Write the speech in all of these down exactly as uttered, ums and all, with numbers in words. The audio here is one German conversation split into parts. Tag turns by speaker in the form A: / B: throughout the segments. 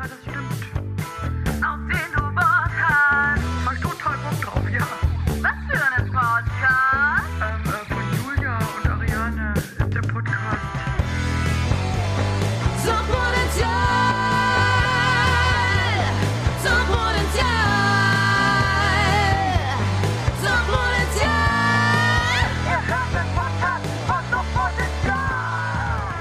A: das stimmt. Auf den du Bock hast. Hab ich total Bock drauf, ja. Was für ein Podcast? Ähm, äh, von Julia und Ariane, der Podcast.
B: Suchtpotenzial, Suchtpotenzial, Suchtpotenzial.
A: Ihr hört den Podcast von Suchtpotenzial.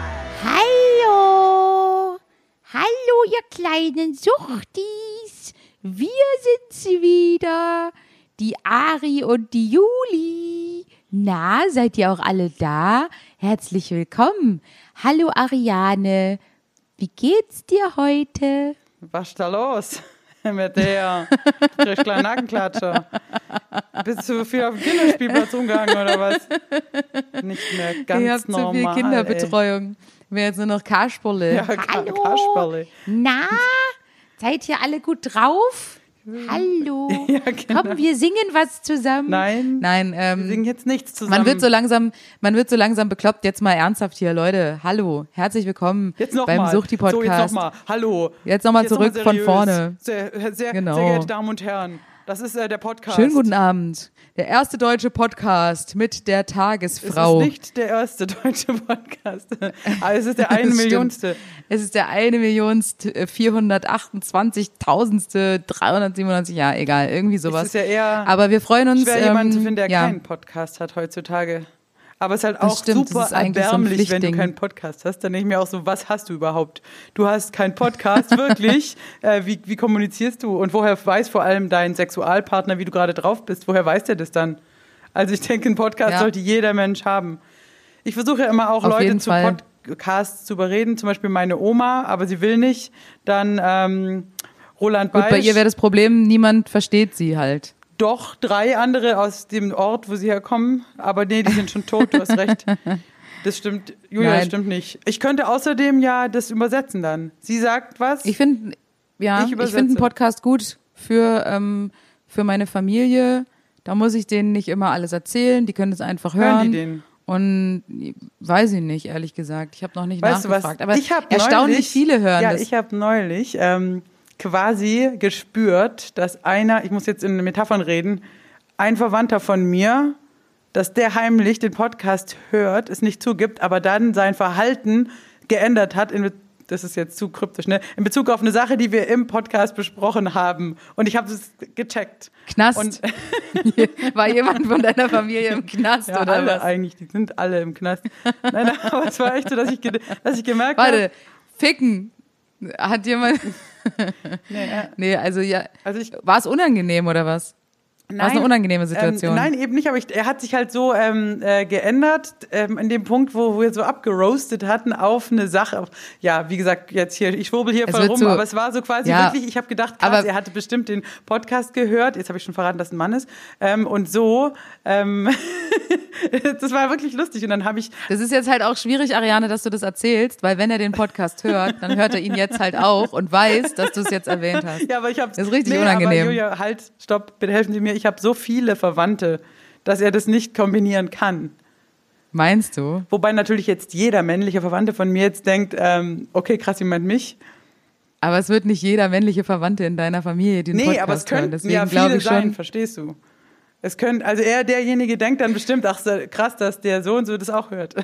C: Hallo, hallo ihr kleinen Suchtis, wir sind's wieder, die Ari und die Juli. Na, seid ihr auch alle da? Herzlich willkommen. Hallo Ariane, wie geht's dir heute?
D: Was ist da los mit der kriegst kleinen Nackenklatscher? Bist du viel auf dem Kinderspielplatz umgegangen oder was? Nicht mehr ganz
C: Ihr habt
D: normal.
C: so viel Kinderbetreuung. Wäre jetzt nur noch Kasperle.
D: Ey. Ja, Ka-
C: Hallo.
D: Kasperle.
C: Na, seid ihr alle gut drauf? Hallo.
D: Ja, genau.
C: Komm, wir singen was zusammen.
D: Nein,
C: Nein,
D: wir
C: ähm,
D: singen jetzt nichts zusammen.
C: man wird so langsam, man wird so langsam bekloppt. Jetzt mal ernsthaft hier, Leute. Hallo, herzlich willkommen
D: Jetzt noch
C: beim
D: mal.
C: Suchti-Podcast.
D: So, jetzt nochmal. Hallo.
C: Jetzt noch mal
D: Jetzt noch
C: zurück von
D: seriös.
C: vorne.
D: Sehr, sehr,
C: Genau.
D: sehr geehrte Damen und Herren, das ist äh, der Podcast.
C: Schönen guten Abend. Der erste deutsche Podcast mit der Tagesfrau.
D: Es ist nicht der erste deutsche Podcast, aber es ist der eine
C: Das stimmt.
D: Millionste.
C: Es ist der eine Millionst, vierhundertachtundzwanzigtausendste, dreihundertsiebenundneunzig, ja, egal, irgendwie sowas.
D: Es ist ja eher
C: Aber wir freuen uns.
D: schwer, jemanden zu
C: ähm,
D: finden, der
C: ja.
D: keinen Podcast hat heutzutage. Aber es ist halt
C: Das
D: auch
C: stimmt,
D: super
C: das ist eigentlich so ein
D: erbärmlich, wenn du
C: Pflichtding.
D: keinen Podcast hast. Dann denke ich mir auch so, was hast du überhaupt? Du hast keinen Podcast, wirklich? Äh, wie, wie kommunizierst du? Und woher weiß vor allem dein Sexualpartner, wie du gerade drauf bist? Woher weiß der das dann? Also ich denke, einen Podcast
C: Ja.
D: sollte jeder Mensch haben. Ich versuche ja immer auch
C: Auf
D: Leute
C: jeden
D: zu
C: Fall.
D: Podcasts zu überreden, zum Beispiel meine Oma, aber sie will nicht. Dann ähm, Roland
C: Gut,
D: Beisch.
C: bei ihr wäre das Problem, niemand versteht sie halt.
D: Doch, drei andere aus dem Ort, wo sie herkommen. Aber nee, die sind schon tot, du hast recht. Das stimmt. Julia,
C: Nein.
D: das stimmt nicht. Ich könnte außerdem ja das übersetzen dann. Sie sagt was.
C: Ich finde, ja,
D: Ich
C: ich,
D: übersetze.
C: finde einen Podcast gut für, ähm, für meine Familie. Da muss ich denen nicht immer alles erzählen, die können es einfach hören.
D: Hören die den?
C: Und weiß ich nicht, ehrlich gesagt. Ich habe noch nicht
D: Weißt du was?
C: nachgefragt. Aber
D: ich hab
C: erstaunlich
D: neulich,
C: viele hören
D: Ja,
C: das.
D: ich habe neulich ähm, quasi gespürt, dass einer, ich muss jetzt in Metaphern reden, ein Verwandter von mir, dass der heimlich den Podcast hört, es nicht zugibt, aber dann sein Verhalten geändert hat, in, das ist jetzt zu kryptisch, ne? In Bezug auf eine Sache, die wir im Podcast besprochen haben. Und ich habe es gecheckt.
C: Knast.
D: Und
C: War jemand von deiner Familie im Knast
D: ja,
C: oder
D: alle
C: was?
D: eigentlich, die sind alle im Knast. Nein, aber es war echt so, dass ich, ge- dass ich gemerkt habe.
C: Warte, ficken. Hat jemand.
D: Nee, äh,
C: Nee, also ja.
D: also ich,
C: War es unangenehm oder was? War es eine unangenehme Situation?
D: Ähm, nein, eben nicht, aber ich, er hat sich halt so ähm, äh, geändert, ähm, in dem Punkt, wo, wo wir so abgeroastet hatten auf eine Sache. Auf, ja, wie gesagt, jetzt hier, ich schwurbel hier
C: Es
D: voll
C: wird
D: rum,
C: so-
D: aber es war so quasi
C: Ja,
D: wirklich, ich habe gedacht, krass,
C: aber-
D: er hatte bestimmt den Podcast gehört, jetzt habe ich schon verraten, dass es ein Mann ist, ähm, und so, ähm, das war wirklich lustig und dann habe ich,
C: Das ist jetzt halt auch schwierig, Ariane, dass du das erzählst, weil wenn er den Podcast hört, dann hört er ihn jetzt halt auch und weiß, dass du es jetzt erwähnt hast.
D: ja, aber ich habe
C: Das ist richtig
D: nee,
C: unangenehm.
D: Aber Julia, halt, stopp, bitte helfen Sie mir, ich habe so viele Verwandte, dass er das nicht kombinieren kann.
C: Meinst du?
D: Wobei natürlich jetzt jeder männliche Verwandte von mir jetzt denkt, ähm, okay, krass, jemand mich.
C: Aber es wird nicht jeder männliche Verwandte in deiner Familie den
D: Nee,
C: Podcast
D: aber es
C: hören.
D: könnten
C: Deswegen
D: ja
C: glaube
D: viele
C: ich
D: sein,
C: schon,
D: verstehst du? Es könnte, also er, derjenige denkt dann bestimmt, ach so, krass, dass der so und so das auch hört.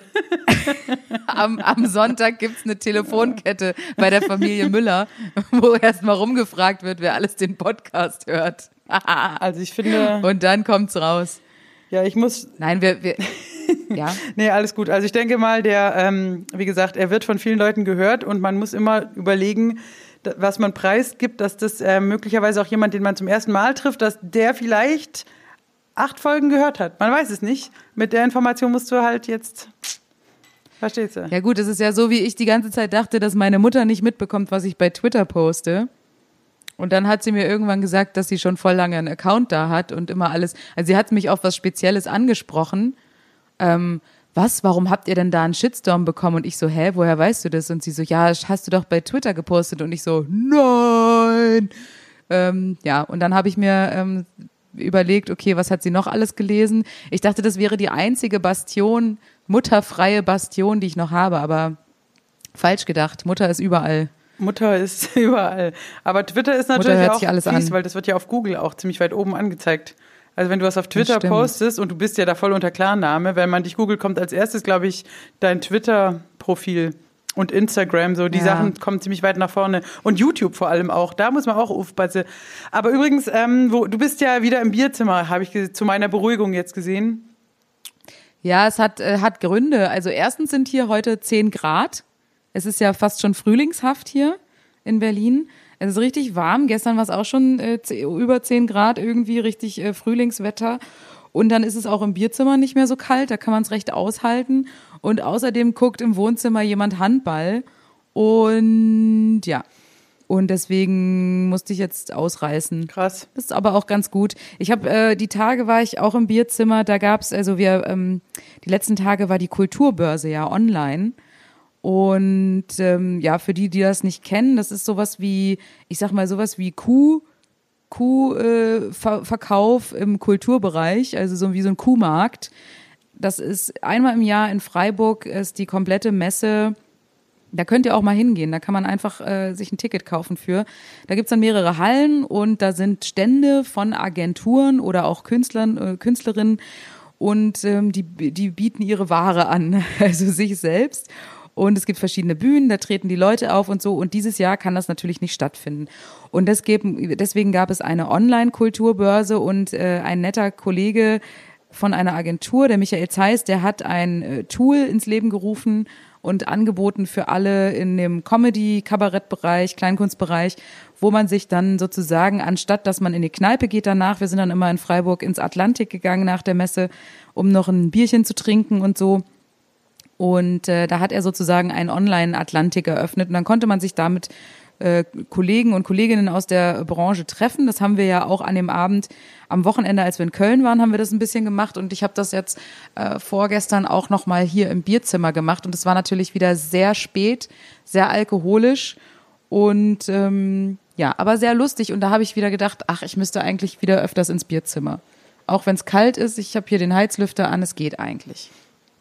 C: am, am Sonntag gibt's eine Telefonkette bei der Familie Müller, wo erstmal rumgefragt wird, wer alles den Podcast hört.
D: Also ich finde,
C: Und dann kommt's raus.
D: ja, ich muss,
C: Nein, wir, wir ja.
D: nee, alles gut. Also ich denke mal, der, ähm, wie gesagt, er wird von vielen Leuten gehört und man muss immer überlegen, da- was man preisgibt, dass das äh, möglicherweise auch jemand, den man zum ersten Mal trifft, dass der vielleicht acht Folgen gehört hat. Man weiß es nicht. Mit der Information musst du halt jetzt, verstehst du?
C: Ja gut, es ist ja so, wie ich die ganze Zeit dachte, dass meine Mutter nicht mitbekommt, was ich bei Twitter poste. Und dann hat sie mir irgendwann gesagt, dass sie schon voll lange einen Account da hat und immer alles, also sie hat mich auf was Spezielles angesprochen. Ähm, was, warum habt ihr denn da einen Shitstorm bekommen? Und ich so, hä, woher weißt du das? Und sie so, ja, hast du doch bei Twitter gepostet. Und ich so, nein. Ähm, ja, und dann habe ich mir ähm, überlegt, okay, was hat sie noch alles gelesen? Ich dachte, das wäre die einzige Bastion, mutterfreie Bastion, die ich noch habe, aber falsch gedacht. Mutter ist überall.
D: Mutter ist überall. Aber Twitter ist natürlich
C: hört
D: auch
C: sich alles
D: fies,
C: an.
D: weil das wird ja auf Google auch ziemlich weit oben angezeigt. Also wenn du was auf Twitter
C: stimmt.
D: postest und du bist ja da voll unter Klarname, wenn man dich googelt, kommt als erstes, glaube ich, dein Twitter-Profil und Instagram, so die
C: Ja.
D: Sachen kommen ziemlich weit nach vorne. Und YouTube vor allem auch, da muss man auch aufpassen. Aber übrigens, ähm, wo, du bist ja wieder im Bierzimmer, habe ich ge- zu meiner Beruhigung jetzt gesehen.
C: Ja, es hat, äh, hat Gründe. Also erstens sind hier heute zehn Grad. Es ist ja fast schon frühlingshaft hier in Berlin. Es ist richtig warm. Gestern war es auch schon äh, über zehn Grad irgendwie, richtig äh, Frühlingswetter. Und dann ist es auch im Bierzimmer nicht mehr so kalt, da kann man es recht aushalten. Und außerdem guckt im Wohnzimmer jemand Handball. Und ja, und deswegen musste ich jetzt ausreißen.
D: Krass.
C: Das ist aber auch ganz gut. Ich habe äh, die Tage war ich auch im Bierzimmer, da gab's also wir ähm, die letzten Tage war die Kulturbörse ja online. Und ähm, ja, für die, die das nicht kennen, das ist sowas wie, ich sag mal, sowas wie Kuh, Kuhverkauf äh, im Kulturbereich, also so wie so ein Kuhmarkt. Das ist einmal im Jahr in Freiburg, ist die komplette Messe. Da könnt ihr auch mal hingehen, da kann man einfach äh, sich ein Ticket kaufen für. Da gibt's dann mehrere Hallen und da sind Stände von Agenturen oder auch Künstlern, äh, Künstlerinnen und ähm, die, die bieten ihre Ware an, also sich selbst. Und es gibt verschiedene Bühnen, da treten die Leute auf und so. Und dieses Jahr kann das natürlich nicht stattfinden. Und das geben, deswegen gab es eine Online-Kulturbörse und äh, ein netter Kollege von einer Agentur, der Michael Zeiss, der hat ein äh, Tool ins Leben gerufen und angeboten für alle in dem Comedy-Kabarettbereich, Kleinkunstbereich, wo man sich dann sozusagen, anstatt dass man in die Kneipe geht danach, wir sind dann immer in Freiburg ins Atlantik gegangen nach der Messe, um noch ein Bierchen zu trinken und so. Und äh, da hat er sozusagen einen Online-Atlantik eröffnet und dann konnte man sich damit äh, Kollegen und Kolleginnen aus der Branche treffen. Das haben wir ja auch an dem Abend am Wochenende, als wir in Köln waren, haben wir das ein bisschen gemacht und ich habe das jetzt äh, vorgestern auch nochmal hier im Bierzimmer gemacht und es war natürlich wieder sehr spät, sehr alkoholisch und ähm, ja, aber sehr lustig und da habe ich wieder gedacht, ach, ich müsste eigentlich wieder öfters ins Bierzimmer. Auch wenn es kalt ist, ich habe hier den Heizlüfter an, es geht eigentlich.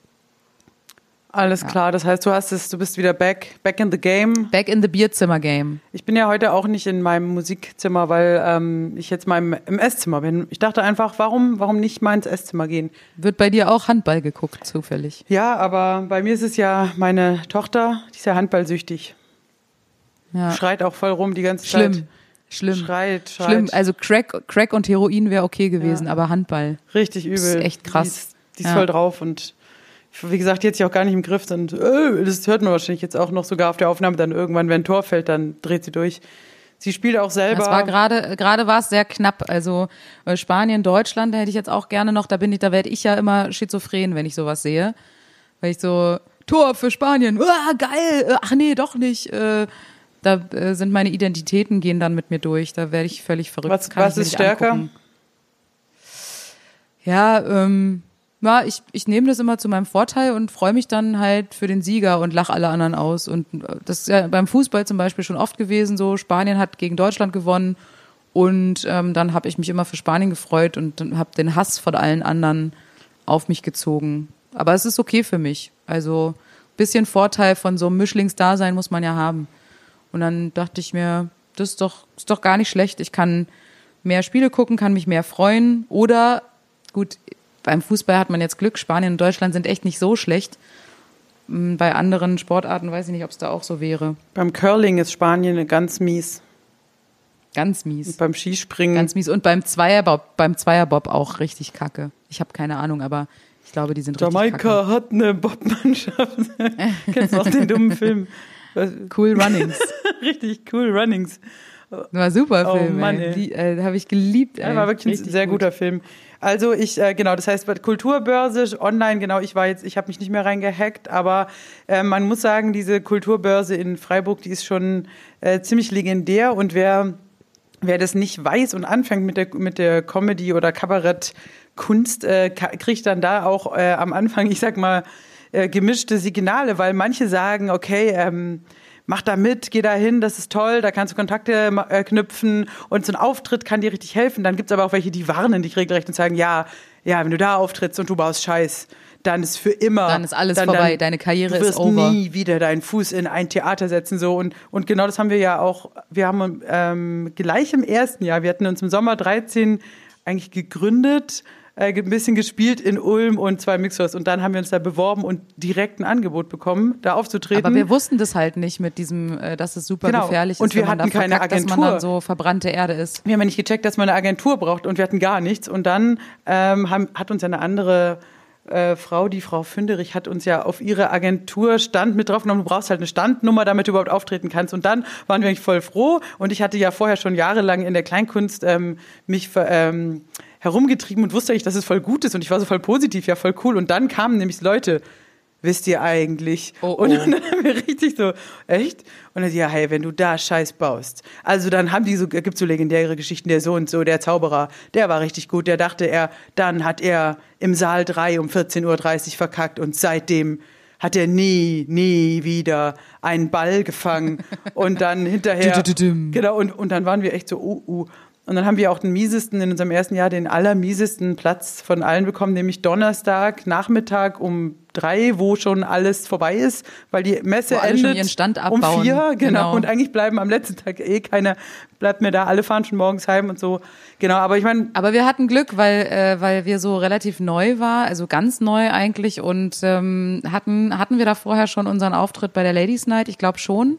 D: Alles
C: Ja.
D: klar, das heißt, du hast es, du bist wieder back, back in the game.
C: Back in the Bierzimmer-Game.
D: Ich bin ja heute auch nicht in meinem Musikzimmer, weil ähm, ich jetzt mal im, im Esszimmer bin. Ich dachte einfach, warum, warum nicht mal ins Esszimmer gehen?
C: Wird bei dir auch Handball geguckt, zufällig?
D: Ja, aber bei mir ist es ja meine Tochter, die ist ja handballsüchtig.
C: Ja.
D: Schreit auch voll rum die ganze
C: Schlimm.
D: Zeit.
C: Schlimm.
D: Schreit, schreit.
C: Schlimm. Also Crack, Crack und Heroin wäre okay gewesen,
D: Ja.
C: aber Handball.
D: Richtig übel.
C: Das ist echt krass.
D: Die ist, die ist
C: Ja.
D: voll drauf und wie gesagt, die hat sich auch gar nicht im Griff. Und, äh, das hört man wahrscheinlich jetzt auch noch sogar auf der Aufnahme. Dann irgendwann, wenn ein Tor fällt, dann dreht sie durch. Sie spielt auch selber.
C: Das war gerade, gerade war es sehr knapp. Also äh, Spanien, Deutschland, da hätte ich jetzt auch gerne noch, da bin ich, da werde ich ja immer schizophren, wenn ich sowas sehe. Weil ich so, Tor für Spanien, uah, geil, ach nee, doch nicht. Äh, da äh, sind meine Identitäten gehen dann mit mir durch. Da werde ich völlig verrückt.
D: Was-
C: Das kann
D: was
C: ich mir
D: ist
C: nicht
D: stärker?
C: angucken. Ja, ähm, ja, ich, ich nehme das immer zu meinem Vorteil und freue mich dann halt für den Sieger und lache alle anderen aus. Und das ist ja beim Fußball zum Beispiel schon oft gewesen so. Spanien hat gegen Deutschland gewonnen und ähm, dann habe ich mich immer für Spanien gefreut und habe den Hass von allen anderen auf mich gezogen. Aber es ist okay für mich. Also ein bisschen Vorteil von so einem Mischlingsdasein muss man ja haben. Und dann dachte ich mir, das ist doch, ist doch gar nicht schlecht. Ich kann mehr Spiele gucken, kann mich mehr freuen. Oder, gut, beim Fußball hat man jetzt Glück. Spanien und Deutschland sind echt nicht so schlecht. Bei anderen Sportarten weiß ich nicht, ob es da auch so wäre.
D: Beim Curling ist Spanien ganz mies.
C: Ganz mies.
D: Und beim Skispringen.
C: Ganz mies. Und beim Zweierbob, beim Zweierbob auch richtig kacke. Ich habe keine Ahnung, aber ich glaube, die sind richtig
D: Jamaika
C: kacke.
D: hat eine Bobmannschaft. Kennst du auch den dummen Film?
C: Cool Runnings.
D: Richtig cool Runnings.
C: War super
D: Oh
C: Film,
D: Mann,
C: ey.
D: ey.
C: Die, äh, habe ich geliebt, ey.
D: Ja, war wirklich ein
C: Richtig
D: sehr
C: gut.
D: guter Film. Also ich, äh, genau, das heißt, bei der Kulturbörse online, genau, ich war jetzt, ich habe mich nicht mehr reingehackt, aber äh, man muss sagen, diese Kulturbörse in Freiburg, die ist schon äh, ziemlich legendär und wer, wer das nicht weiß und anfängt mit der, mit der Comedy- oder Kabarettkunst, äh, ka- kriegt dann da auch äh, am Anfang, ich sag mal, äh, gemischte Signale, weil manche sagen, okay, ähm, mach da mit, geh da hin, das ist toll, da kannst du Kontakte äh, knüpfen und so ein Auftritt kann dir richtig helfen. Dann gibt's aber auch welche, die warnen dich regelrecht und sagen, ja, ja, wenn du da auftrittst und du baust Scheiß, dann ist für immer.
C: Dann ist alles
D: dann,
C: vorbei,
D: dann,
C: deine Karriere
D: ist over. Du
C: ist
D: wirst
C: over.
D: nie wieder deinen Fuß in ein Theater setzen. So. Und, und genau das haben wir ja auch, wir haben ähm, gleich im ersten Jahr, wir hatten uns im Sommer dreizehn eigentlich gegründet, äh, ein bisschen gespielt in Ulm und zwei Mixers. Und dann haben wir uns da beworben und direkt ein Angebot bekommen, da aufzutreten.
C: Aber wir wussten das halt nicht mit diesem, äh, dass es super
D: Genau.
C: gefährlich
D: Und
C: ist,
D: wir
C: wenn man
D: hatten
C: da
D: keine
C: verkackt, dass man
D: Agentur.
C: dann so verbrannte Erde ist.
D: Wir haben ja nicht gecheckt, dass man eine Agentur braucht und wir hatten gar nichts. Und dann ähm, haben, hat uns eine andere äh, Frau, die Frau Fünderich, hat uns ja auf ihre Agenturstand mit draufgenommen. Du brauchst halt eine Standnummer, damit du überhaupt auftreten kannst. Und dann waren wir eigentlich voll froh. Und ich hatte ja vorher schon jahrelang in der Kleinkunst ähm, mich ver, ähm, herumgetrieben und wusste eigentlich, dass es voll gut ist. Und ich war so voll positiv, ja voll cool. Und dann kamen nämlich Leute, wisst ihr eigentlich?
C: Oh, oh.
D: Und dann haben wir richtig so, echt? Und dann, ja, hey, wenn du da Scheiß baust. Also dann haben die so, gibt so legendäre Geschichten, der so und so, der Zauberer, der war richtig gut. Der dachte er, dann hat er im Saal drei um vierzehn Uhr dreißig verkackt und seitdem hat er nie, nie wieder einen Ball gefangen. Und dann hinterher, genau, und, und dann waren wir echt so, uh, uh. Und dann haben wir auch den miesesten, in unserem ersten Jahr den allermiesesten Platz von allen bekommen, nämlich Donnerstag, Nachmittag um drei, wo schon alles vorbei ist, weil die Messe
C: Wo alle
D: endet
C: schon ihren Stand
D: um
C: abbauen.
D: vier, genau.
C: Genau.
D: Und eigentlich bleiben am letzten Tag eh keiner, bleibt mir da, alle fahren schon morgens heim und so. Genau, aber ich meine,
C: Aber wir hatten Glück, weil, äh, weil wir so relativ neu war, also ganz neu eigentlich und ähm, hatten, hatten wir da vorher schon unseren Auftritt bei der Ladies Night, ich glaube schon.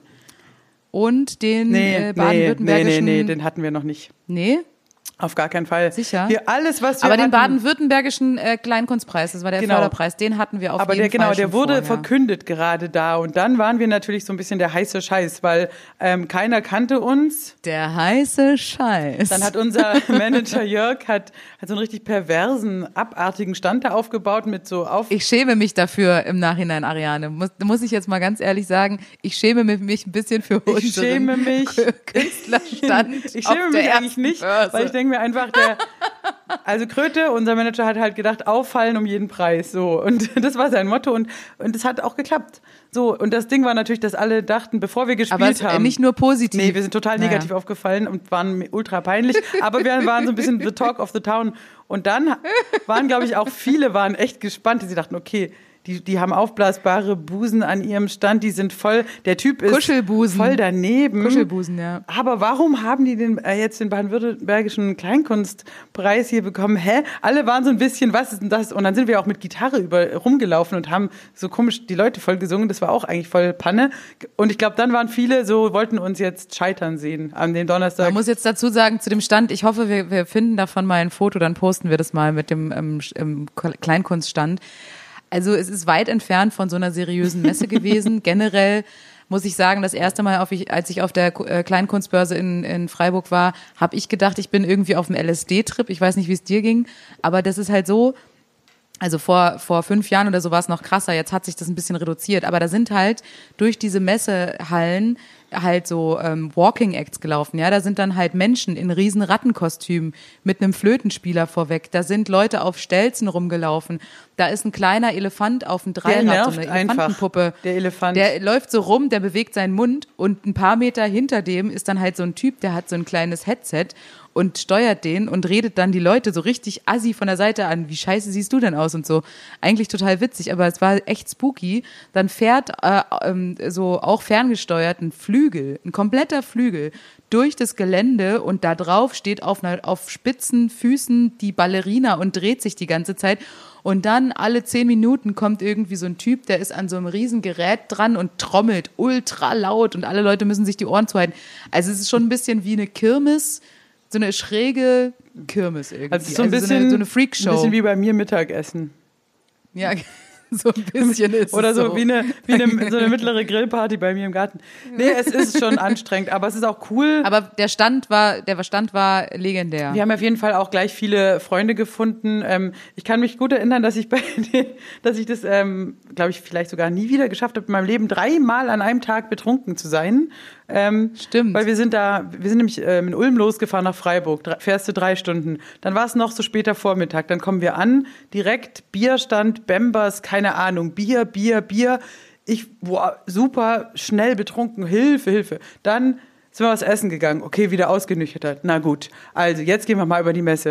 C: Und den
D: nee,
C: äh,
D: nee, nee,
C: baden-württembergischen...
D: nee, nee, den hatten wir noch nicht.
C: Nee?
D: Auf gar keinen Fall.
C: Sicher?
D: Wir, alles, was wir
C: Aber den
D: hatten,
C: baden-württembergischen äh, Kleinkunstpreis, das war der
D: Genau.
C: Förderpreis, den hatten wir auf
D: aber
C: jeden
D: der, genau,
C: Fall
D: der
C: schon
D: wurde
C: vorher.
D: verkündet gerade da. Und dann waren wir natürlich so ein bisschen der heiße Scheiß, weil ähm, keiner kannte uns.
C: Der heiße Scheiß.
D: Dann hat unser Manager Jörg hat, hat so einen richtig perversen, abartigen Stand da aufgebaut mit so auf...
C: Ich schäme mich dafür im Nachhinein, Ariane. Muss, muss ich jetzt mal ganz ehrlich sagen, ich schäme mich ein bisschen für unseren
D: Ich schäme mich.
C: Künstlerstand.
D: Ich
C: auf
D: schäme
C: der
D: mich eigentlich
C: ersten
D: nicht,
C: Börse.
D: weil ich denke mir einfach, der, also Kröte, unser Manager, hat halt gedacht, auffallen um jeden Preis, so. Und das war sein Motto und, und das hat auch geklappt. So, und das Ding war natürlich, dass alle dachten, bevor wir gespielt
C: Aber es, äh,
D: haben.
C: nicht nur positiv.
D: Nee, wir sind total negativ
C: Naja.
D: aufgefallen und waren ultra peinlich. Aber wir waren so ein bisschen the talk of the town. Und dann waren, glaube ich, auch viele waren echt gespannt. Sie dachten, okay, die, die haben aufblasbare Busen an ihrem Stand, die sind voll, der Typ ist
C: Kuschelbusen.
D: voll daneben.
C: Kuschelbusen, ja.
D: Aber warum haben die den, äh, jetzt den baden-württembergischen Kleinkunstpreis hier bekommen? Hä? Alle waren so ein bisschen, was ist denn das? Und dann sind wir auch mit Gitarre über, rumgelaufen und haben so komisch die Leute voll gesungen. Das war auch eigentlich voll Panne. Und ich glaube, dann waren viele so, wollten uns jetzt scheitern sehen an dem Donnerstag.
C: Man muss jetzt dazu sagen, zu dem Stand, ich hoffe, wir, wir finden davon mal ein Foto, dann posten wir das mal mit dem ähm, im Kleinkunststand. Also es ist weit entfernt von so einer seriösen Messe gewesen. Generell muss ich sagen, das erste Mal, auf ich, als ich auf der äh, Kleinkunstbörse in, in Freiburg war, habe ich gedacht, ich bin irgendwie auf einem L S D-Trip. Ich weiß nicht, wie es dir ging, aber das ist halt so, also vor, vor fünf Jahren oder so war es noch krasser, jetzt hat sich das ein bisschen reduziert, aber da sind halt durch diese Messehallen halt so ähm, Walking Acts gelaufen, ja, da sind dann halt Menschen in riesen Rattenkostümen mit einem Flötenspieler vorweg, da sind Leute auf Stelzen rumgelaufen, da ist ein kleiner Elefant auf dem Dreirad,
D: nervt
C: so eine
D: einfach,
C: Elefantenpuppe.
D: der Elefant.
C: Der läuft so rum, der bewegt seinen Mund und ein paar Meter hinter dem ist dann halt so ein Typ, der hat so ein kleines Headset und steuert den und redet dann die Leute so richtig assi von der Seite an. Wie scheiße siehst du denn aus und so. Eigentlich total witzig, aber es war echt spooky. Dann fährt äh, ähm, so auch ferngesteuert ein Flügel, ein kompletter Flügel durch das Gelände und da drauf steht auf, einer, auf spitzen Füßen die Ballerina und dreht sich die ganze Zeit. Und dann alle zehn Minuten kommt irgendwie so ein Typ, der ist an so einem riesen Gerät dran und trommelt ultra laut und alle Leute müssen sich die Ohren zuhalten. Also es ist schon ein bisschen wie eine Kirmes, so eine schräge Kirmes irgendwie.
D: Also so ein
C: also
D: bisschen,
C: so eine, so eine Freakshow.
D: ein bisschen wie bei mir Mittagessen.
C: Ja, so ein bisschen ist
D: Oder
C: es
D: so,
C: so.
D: wie, eine, wie eine, so eine mittlere Grillparty bei mir im Garten. Nee, es ist schon anstrengend, aber es ist auch cool.
C: Aber der Stand war, der Stand war legendär.
D: Wir haben auf jeden Fall auch gleich viele Freunde gefunden. Ähm, ich kann mich gut erinnern, dass ich bei den, dass ich das, ähm, glaube ich, vielleicht sogar nie wieder geschafft habe, in meinem Leben dreimal an einem Tag betrunken zu sein. Ähm,
C: Stimmt.
D: Weil wir sind da, wir sind nämlich ähm, in Ulm losgefahren nach Freiburg, drei, fährst du drei Stunden. Dann war es noch so später Vormittag. Dann kommen wir an, direkt Bierstand, Bembers, keine Ahnung, Bier, Bier, Bier. Ich, boah, super schnell betrunken, Hilfe, Hilfe. Dann sind wir was essen gegangen. Okay, wieder ausgenüchtert. Na gut, also jetzt gehen wir mal über die Messe.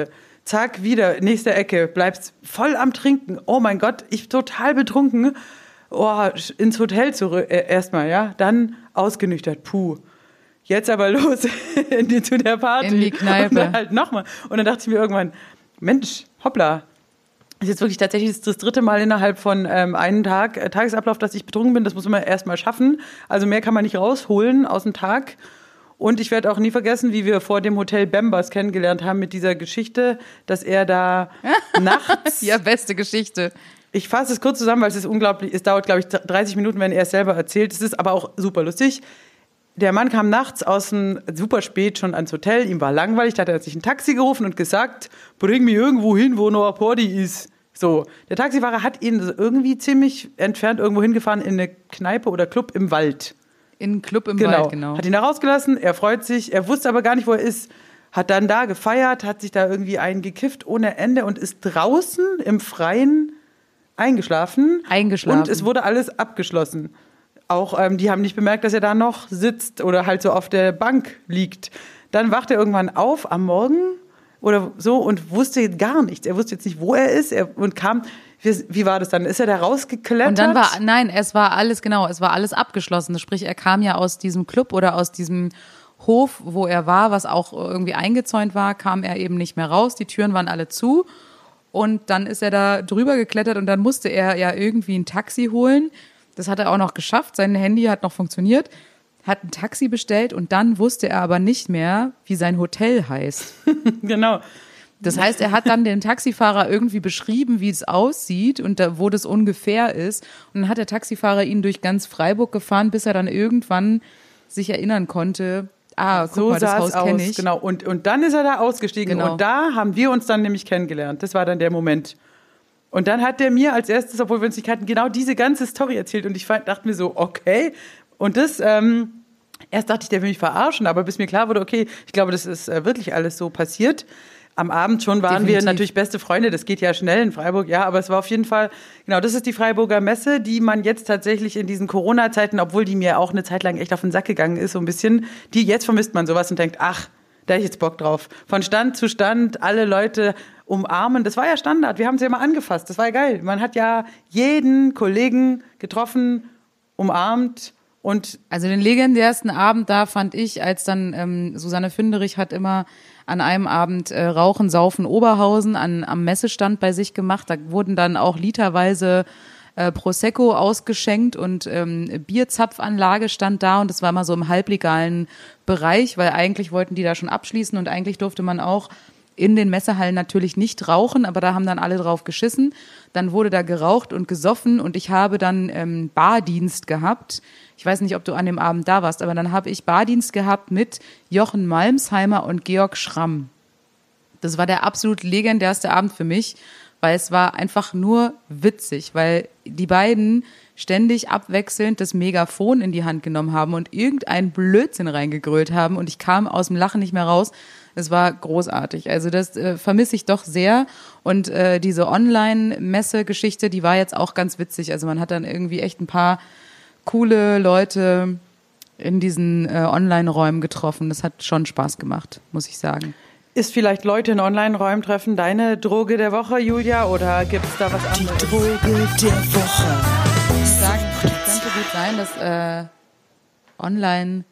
D: Zack, wieder, nächste Ecke, bleibst voll am Trinken. Oh mein Gott, ich total betrunken. Oh, ins Hotel zurück, äh, erstmal, ja. Dann ausgenüchtert, puh. Jetzt aber los in die, zu der Party.
C: In die Kneipe.
D: Und dann halt nochmal. Und dann dachte ich mir irgendwann, Mensch, hoppla. Das ist jetzt wirklich tatsächlich das dritte Mal innerhalb von ähm, einem Tag, äh, Tagesablauf, dass ich betrunken bin. Das muss man erstmal schaffen. Also mehr kann man nicht rausholen aus dem Tag. Und ich werde auch nie vergessen, wie wir vor dem Hotel Bembers kennengelernt haben mit dieser Geschichte, dass er da nachts...
C: Ja, beste Geschichte.
D: Ich fasse es kurz zusammen, weil es ist unglaublich, es dauert, glaube ich, dreißig Minuten, wenn er es selber erzählt. Es ist aber auch super lustig. Der Mann kam nachts aus dem, super spät schon ans Hotel, ihm war langweilig, da hat er sich ein Taxi gerufen und gesagt, bring mich irgendwo hin, wo noch ein Party ist. So, der Taxifahrer hat ihn irgendwie ziemlich entfernt irgendwo hingefahren in eine Kneipe oder Club im Wald.
C: In einen Club im
D: Genau.
C: Wald, genau.
D: Hat ihn da rausgelassen, er freut sich, er wusste aber gar nicht, wo er ist, hat dann da gefeiert, hat sich da irgendwie eingekifft ohne Ende und ist draußen im Freien eingeschlafen.
C: Eingeschlafen.
D: Und es wurde alles abgeschlossen. Auch ähm, die haben nicht bemerkt, dass er da noch sitzt oder halt so auf der Bank liegt. Dann wacht er irgendwann auf am Morgen oder so und wusste gar nichts. Er wusste jetzt nicht, wo er ist er, und kam... Wie, wie war das dann? Ist er da rausgeklettert?
C: Und dann war, nein, es war alles, genau, es war alles abgeschlossen. Sprich, er kam ja aus diesem Club oder aus diesem Hof, wo er war, was auch irgendwie eingezäunt war, kam er eben nicht mehr raus. Die Türen waren alle zu. Und dann ist er da drüber geklettert und dann musste er ja irgendwie ein Taxi holen. Das hat er auch noch geschafft. Sein Handy hat noch funktioniert. Hat ein Taxi bestellt und dann wusste er aber nicht mehr, wie sein Hotel heißt.
D: Genau.
C: Das heißt, er hat dann dem Taxifahrer irgendwie beschrieben, wie es aussieht und da, wo das ungefähr ist. Und dann hat der Taxifahrer ihn durch ganz Freiburg gefahren, bis er dann irgendwann sich erinnern konnte, ah, guck
D: So
C: mal, das
D: sah
C: Haus
D: es
C: kenne
D: aus,
C: ich.
D: genau. Und, und dann ist er da ausgestiegen
C: Genau.
D: und da haben wir uns dann nämlich kennengelernt. Das war dann der Moment. Und dann hat der mir als erstes, obwohl wir uns nicht kannten, genau diese ganze Story erzählt und ich fand, dachte mir so, okay. Und das, ähm, erst dachte ich, der will mich verarschen, aber bis mir klar wurde, okay, ich glaube, das ist äh, wirklich alles so passiert. Am Abend schon waren
C: Definitiv.
D: wir natürlich beste Freunde, das geht ja schnell in Freiburg, ja, aber es war auf jeden Fall, genau, das ist die Freiburger Messe, die man jetzt tatsächlich in diesen Corona-Zeiten, obwohl die mir auch eine Zeit lang echt auf den Sack gegangen ist, so ein bisschen, die jetzt vermisst man sowas und denkt, ach, da hätte ich jetzt Bock drauf. Von Stand zu Stand, alle Leute umarmen, das war ja Standard, wir haben es ja mal angefasst, das war ja geil. Man hat ja jeden Kollegen getroffen, umarmt und...
C: Also den legendärsten Abend da fand ich, als dann ähm, Susanne Fünderich hat immer an einem Abend äh, Rauchen, Saufen, Oberhausen an, am Messestand bei sich gemacht. Da wurden dann auch literweise äh, Prosecco ausgeschenkt und ähm, Bierzapfanlage stand da und das war immer so im halblegalen Bereich, weil eigentlich wollten die da schon abschließen und eigentlich durfte man auch in den Messehallen natürlich nicht rauchen, aber da haben dann alle drauf geschissen. Dann wurde da geraucht und gesoffen und ich habe dann ähm, Bardienst gehabt. Ich weiß nicht, ob du an dem Abend da warst, aber dann habe ich Bardienst gehabt mit Jochen Malmsheimer und Georg Schramm. Das war der absolut legendärste Abend für mich, weil es war einfach nur witzig, weil die beiden ständig abwechselnd das Megafon in die Hand genommen haben und irgendeinen Blödsinn reingegrölt haben und ich kam aus dem Lachen nicht mehr raus. Es war großartig. Also das äh, vermisse ich doch sehr. Und äh, diese Online-Messe-Geschichte, die war jetzt auch ganz witzig. Also man hat dann irgendwie echt ein paar coole Leute in diesen äh, Online-Räumen getroffen. Das hat schon Spaß gemacht, muss ich sagen.
D: Ist vielleicht Leute in Online-Räumen treffen deine Droge der Woche, Julia, oder gibt es da was anderes?
E: Die Droge der Woche.
C: Ich muss sagen, es könnte gut sein, dass äh, Online,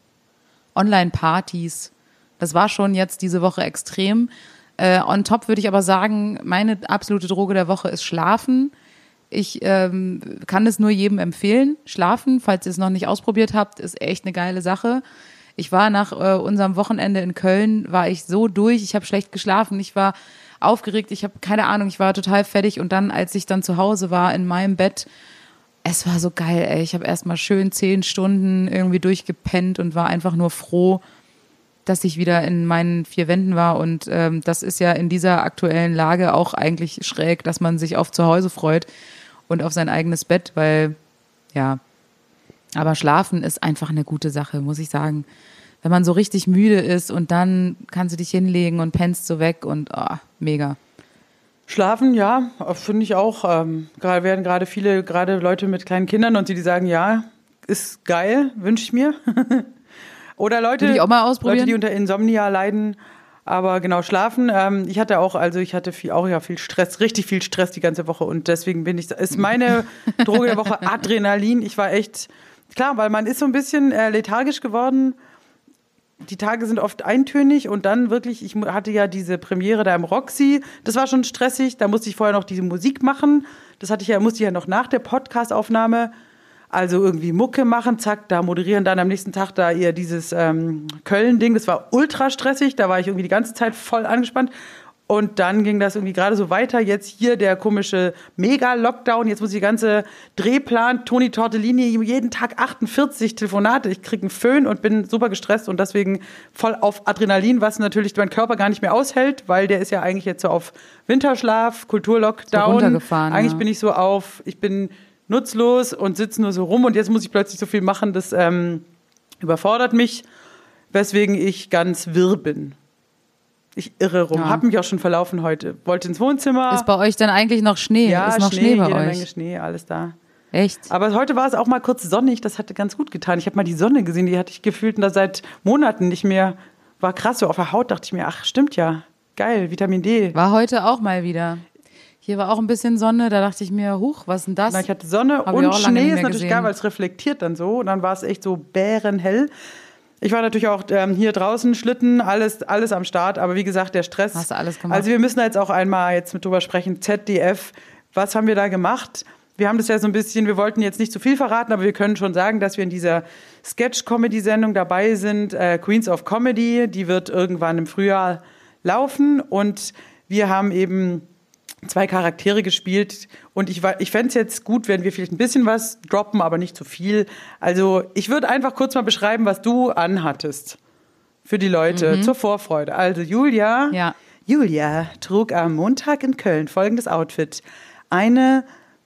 C: Online-Partys, das war schon jetzt diese Woche extrem. Äh, on top würde ich aber sagen, meine absolute Droge der Woche ist Schlafen. Ich ähm, kann es nur jedem empfehlen. Schlafen, falls ihr es noch nicht ausprobiert habt, ist echt eine geile Sache. Ich war nach äh, unserem Wochenende in Köln, war ich so durch, ich habe schlecht geschlafen, ich war aufgeregt, ich habe keine Ahnung, ich war total fertig und dann, als ich dann zu Hause war in meinem Bett, es war so geil, ey. Ich habe erstmal schön zehn Stunden irgendwie durchgepennt und war einfach nur froh, dass ich wieder in meinen vier Wänden war und ähm, das ist ja in dieser aktuellen Lage auch eigentlich schräg, dass man sich auf zu Hause freut und auf sein eigenes Bett, weil, ja, aber Schlafen ist einfach eine gute Sache, muss ich sagen. Wenn man so richtig müde ist und dann kannst du dich hinlegen und pennst so weg und oh, mega.
D: Schlafen, ja, finde ich auch. Ähm, gerade werden gerade viele, gerade Leute mit kleinen Kindern und die, die sagen, ja, ist geil, wünsche ich mir. Oder Leute,
C: Will ich auch mal ausprobieren?
D: Leute, die unter Insomnia leiden. Aber genau, schlafen. Ähm, ich hatte auch, also ich hatte viel, auch ja viel Stress, richtig viel Stress die ganze Woche. Und deswegen bin ich, ist meine Droge der Woche Adrenalin. Ich war echt, klar, weil man ist so ein bisschen äh, lethargisch geworden. Die Tage sind oft eintönig und dann wirklich, ich hatte ja diese Premiere da im Roxy, das war schon stressig, da musste ich vorher noch diese Musik machen, das hatte ich ja, musste ich ja noch nach der Podcast-Aufnahme, also irgendwie Mucke machen, zack, da moderieren, dann am nächsten Tag da ihr dieses ähm, Köln-Ding, das war ultra stressig, da war ich irgendwie die ganze Zeit voll angespannt. Und dann ging das irgendwie gerade so weiter. Jetzt hier der komische Mega-Lockdown. Jetzt muss ich die ganze Drehplan, Toni Tortellini, jeden Tag achtundvierzig Telefonate. Ich kriege einen Föhn und bin super gestresst und deswegen voll auf Adrenalin, was natürlich mein Körper gar nicht mehr aushält, weil der ist ja eigentlich jetzt so auf Winterschlaf, Kulturlockdown.
C: So runtergefahren,
D: eigentlich
C: ja.
D: bin ich so auf, ich bin nutzlos und sitze nur so rum und jetzt muss ich plötzlich so viel machen, das ähm, überfordert mich, weswegen ich ganz wirr bin. Ich irre rum.
C: Ja.
D: Hab mich auch schon verlaufen heute. Wollte ins Wohnzimmer.
C: Ist bei euch dann eigentlich noch Schnee?
D: ja,
C: ist noch
D: Schnee,
C: Schnee, bei
D: jede
C: euch?
D: Menge Schnee, alles da.
C: Echt?
D: Aber heute war es auch mal kurz sonnig. Das hatte ganz gut getan. Ich habe mal die Sonne gesehen. Die hatte ich gefühlt seit Monaten nicht mehr. War krass. So auf der Haut dachte ich mir, ach, stimmt ja. Geil, Vitamin D.
C: War heute auch mal wieder. Hier war auch ein bisschen Sonne. Da dachte ich mir, huch, was ist denn das?
D: Na, ich hatte Sonne
C: Hab ich
D: und
C: auch lange
D: Schnee.
C: nicht
D: Ist
C: mehr
D: natürlich
C: gesehen.
D: geil, weil es reflektiert dann so. Und dann war es echt so bärenhell. Ich war natürlich auch ähm, hier draußen, Schlitten, alles, alles am Start. Aber wie gesagt, der Stress.
C: Hast du alles gemacht?
D: Also wir müssen da jetzt auch einmal jetzt mit drüber sprechen. Z D F, was haben wir da gemacht? Wir haben das ja so ein bisschen, wir wollten jetzt nicht zu viel verraten, aber wir können schon sagen, dass wir in dieser Sketch-Comedy-Sendung dabei sind. Äh, Queens of Comedy, die wird irgendwann im Frühjahr laufen. Und wir haben eben zwei Charaktere gespielt und ich, ich fände es jetzt gut, wenn wir vielleicht ein bisschen was droppen, aber nicht zu viel. Also ich würde einfach kurz mal beschreiben, was du anhattest für die Leute
C: Mhm.
D: zur Vorfreude. Also Julia,
C: Ja.
D: Julia trug am Montag in Köln folgendes Outfit. Eine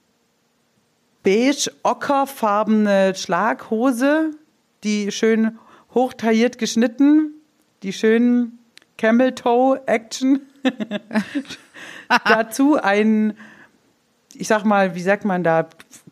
D: beige-ockerfarbene Schlaghose, die schön hochtailliert geschnitten, die schönen Camel-Toe-Action. Dazu ein, ich sag mal, wie sagt man da,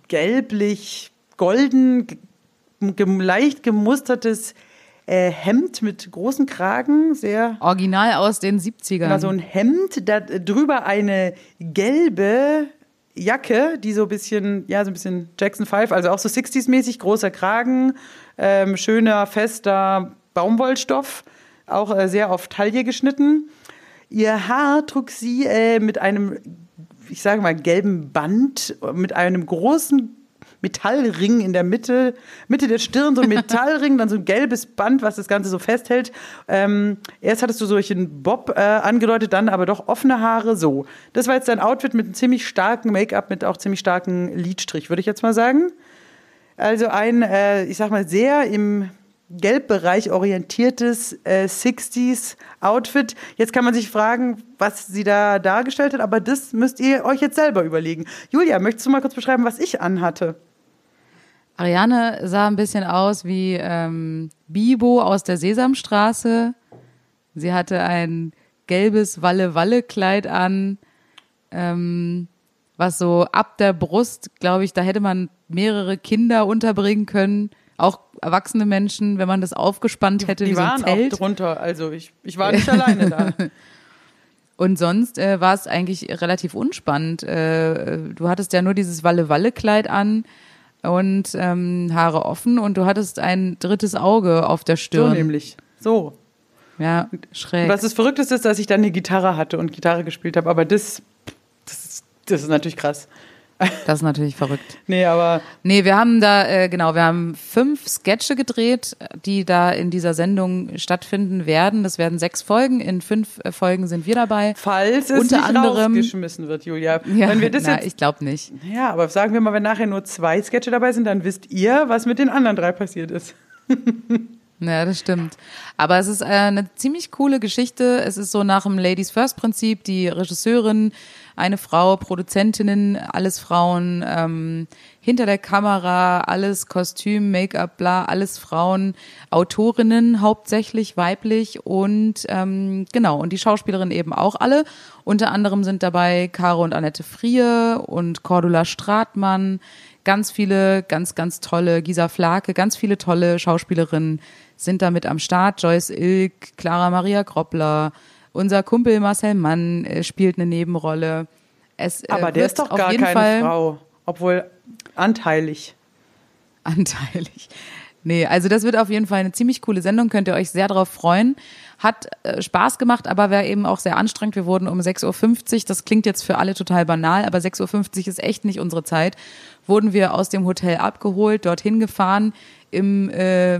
D: gelblich-golden, ge- leicht gemustertes äh, Hemd mit großen Kragen, sehr,
C: Original aus den siebzigern.
D: genau, so ein Hemd, da drüber eine gelbe Jacke, die so ein bisschen, ja, so ein bisschen Jackson Five, also auch so sechziger-mäßig, großer Kragen, ähm, schöner, fester Baumwollstoff, auch äh, sehr auf Taille geschnitten. Ihr Haar trug sie äh, mit einem, ich sage mal, gelben Band, mit einem großen Metallring in der Mitte, Mitte der Stirn, so ein Metallring, dann so ein gelbes Band, was das Ganze so festhält. Ähm, erst hattest du solchen Bob äh, angedeutet, dann aber doch offene Haare, so. Das war jetzt dein Outfit mit einem ziemlich starken Make-up, mit auch ziemlich starken Lidstrich, würde ich jetzt mal sagen. Also ein, äh, ich sag mal, sehr im Gelbbereich orientiertes äh, sechziger-Outfit. Jetzt kann man sich fragen, was sie da dargestellt hat, aber das müsst ihr euch jetzt selber überlegen. Julia, möchtest du mal kurz beschreiben, was ich anhatte?
C: Ariane sah ein bisschen aus wie ähm, Bibo aus der Sesamstraße. Sie hatte ein gelbes Walle-Walle-Kleid an, ähm, was so ab der Brust, glaube ich, da hätte man mehrere Kinder unterbringen können. Auch erwachsene Menschen, wenn man das aufgespannt hätte,
D: Die
C: wie so ein
D: waren
C: Zelt.
D: auch drunter, also ich, ich war nicht alleine da.
C: Und sonst äh, war es eigentlich relativ unspannend. Äh, du hattest ja nur dieses Walle-Walle-Kleid an und ähm, Haare offen und du hattest ein drittes Auge auf der
D: So
C: Stirn.
D: nämlich. So.
C: Ja, schräg.
D: Und was das Verrückteste ist, dass ich dann eine Gitarre hatte und Gitarre gespielt habe, aber das, das, ist, das ist natürlich krass.
C: Das ist natürlich verrückt.
D: Nee, aber
C: Nee, wir haben da, äh, genau, wir haben fünf Sketche gedreht, die da in dieser Sendung stattfinden werden. Das werden sechs Folgen. In fünf äh, Folgen sind wir dabei.
D: falls es
C: Unter
D: nicht
C: anderem-
D: rausgeschmissen wird, Julia.
C: Ja,
D: Wenn wir das
C: na,
D: jetzt,
C: ich glaube nicht.
D: ja, aber sagen wir mal, wenn nachher nur zwei Sketche dabei sind, dann wisst ihr, was mit den anderen drei passiert ist.
C: Ja, das stimmt. Aber es ist äh, eine ziemlich coole Geschichte. Es ist so nach dem Ladies First Prinzip. Die Regisseurin, eine Frau, Produzentinnen, alles Frauen, ähm, hinter der Kamera, alles Kostüm, Make-up, bla, alles Frauen, Autorinnen hauptsächlich weiblich und ähm, genau, und die Schauspielerinnen eben auch alle. Unter anderem sind dabei Caro und Annette Frier und Cordula Stratmann, ganz viele, ganz, ganz tolle, Gisa Flake, ganz viele tolle Schauspielerinnen sind damit am Start. Joyce Ilk, Clara Maria Groppler, Unser Kumpel Marcel Mann äh, spielt eine Nebenrolle. Es, äh,
D: Aber der
C: wird
D: ist doch
C: auf
D: gar
C: jeden
D: keine
C: Fall
D: Frau, obwohl anteilig.
C: anteilig. Nee, also das wird auf jeden Fall eine ziemlich coole Sendung, könnt ihr euch sehr drauf freuen. Hat äh, Spaß gemacht, aber war eben auch sehr anstrengend. Wir wurden um sechs Uhr fünfzig, das klingt jetzt für alle total banal, aber sechs Uhr fünfzig ist echt nicht unsere Zeit, wurden wir aus dem Hotel abgeholt, dorthin gefahren. Im äh,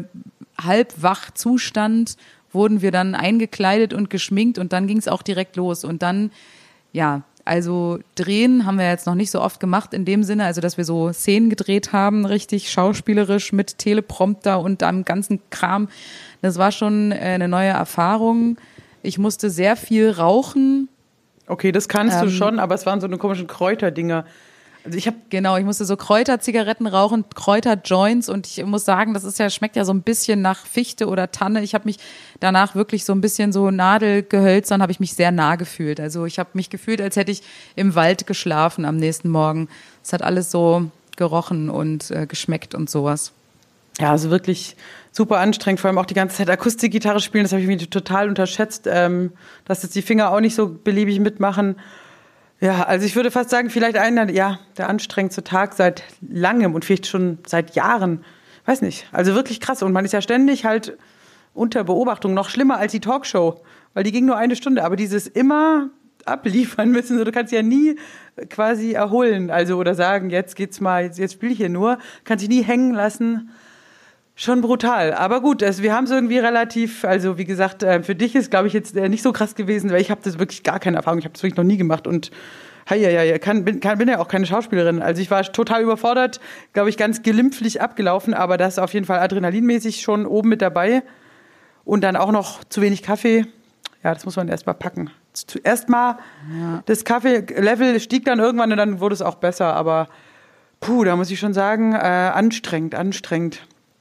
C: Halbwachzustand wurden wir dann eingekleidet und geschminkt und dann ging es auch direkt los. Und dann, ja, also drehen haben wir jetzt noch nicht so oft gemacht in dem Sinne, also dass wir so Szenen gedreht haben, richtig schauspielerisch mit Teleprompter und einem ganzen Kram. Das war schon äh, eine neue Erfahrung. Ich musste sehr viel rauchen.
D: Okay, das kannst
C: Ähm,
D: du schon, aber es waren so eine komischen Kräuterdinger. Also ich habe
C: Genau, ich musste so Kräuterzigaretten rauchen, Kräuterjoints und ich muss sagen, das ist ja, schmeckt ja so ein bisschen nach Fichte oder Tanne. Ich habe mich danach wirklich so ein bisschen so Nadelgehölzern, habe ich mich sehr nah gefühlt. Also ich habe mich gefühlt, als hätte ich im Wald geschlafen am nächsten Morgen. Es hat alles so gerochen und äh, geschmeckt und sowas.
D: Ja, also wirklich super anstrengend, vor allem auch die ganze Zeit Akustikgitarre spielen, das habe ich mir total unterschätzt, ähm, dass jetzt die Finger auch nicht so beliebig mitmachen. Ja, also ich würde fast sagen, vielleicht einer, ja, der anstrengendste Tag seit langem und vielleicht schon seit Jahren. Weiß nicht, also wirklich krass. Und man ist ja ständig halt unter Beobachtung, noch schlimmer als die Talkshow, weil die ging nur eine Stunde, aber dieses immer abliefern müssen, so, du kannst ja nie quasi erholen, also oder sagen, jetzt geht's mal, jetzt, jetzt spiele ich hier nur, kannst dich nie hängen lassen. Schon brutal, aber gut, also wir haben es irgendwie relativ, also wie gesagt, für dich ist, glaube ich, jetzt nicht so krass gewesen, weil ich habe das wirklich gar keine Erfahrung, ich habe das wirklich noch nie gemacht und hey, ja, ja, kann, bin, kann, bin ja auch keine Schauspielerin, also ich war total überfordert, glaube ich, ganz glimpflich abgelaufen, aber das ist auf jeden Fall adrenalinmäßig schon oben mit dabei und dann auch noch zu wenig Kaffee, ja, das muss man erst mal packen. Zuerst mal, ja. Das Kaffee-Level stieg dann irgendwann und dann wurde es auch besser, aber puh, da muss ich schon sagen, äh, anstrengend, anstrengend.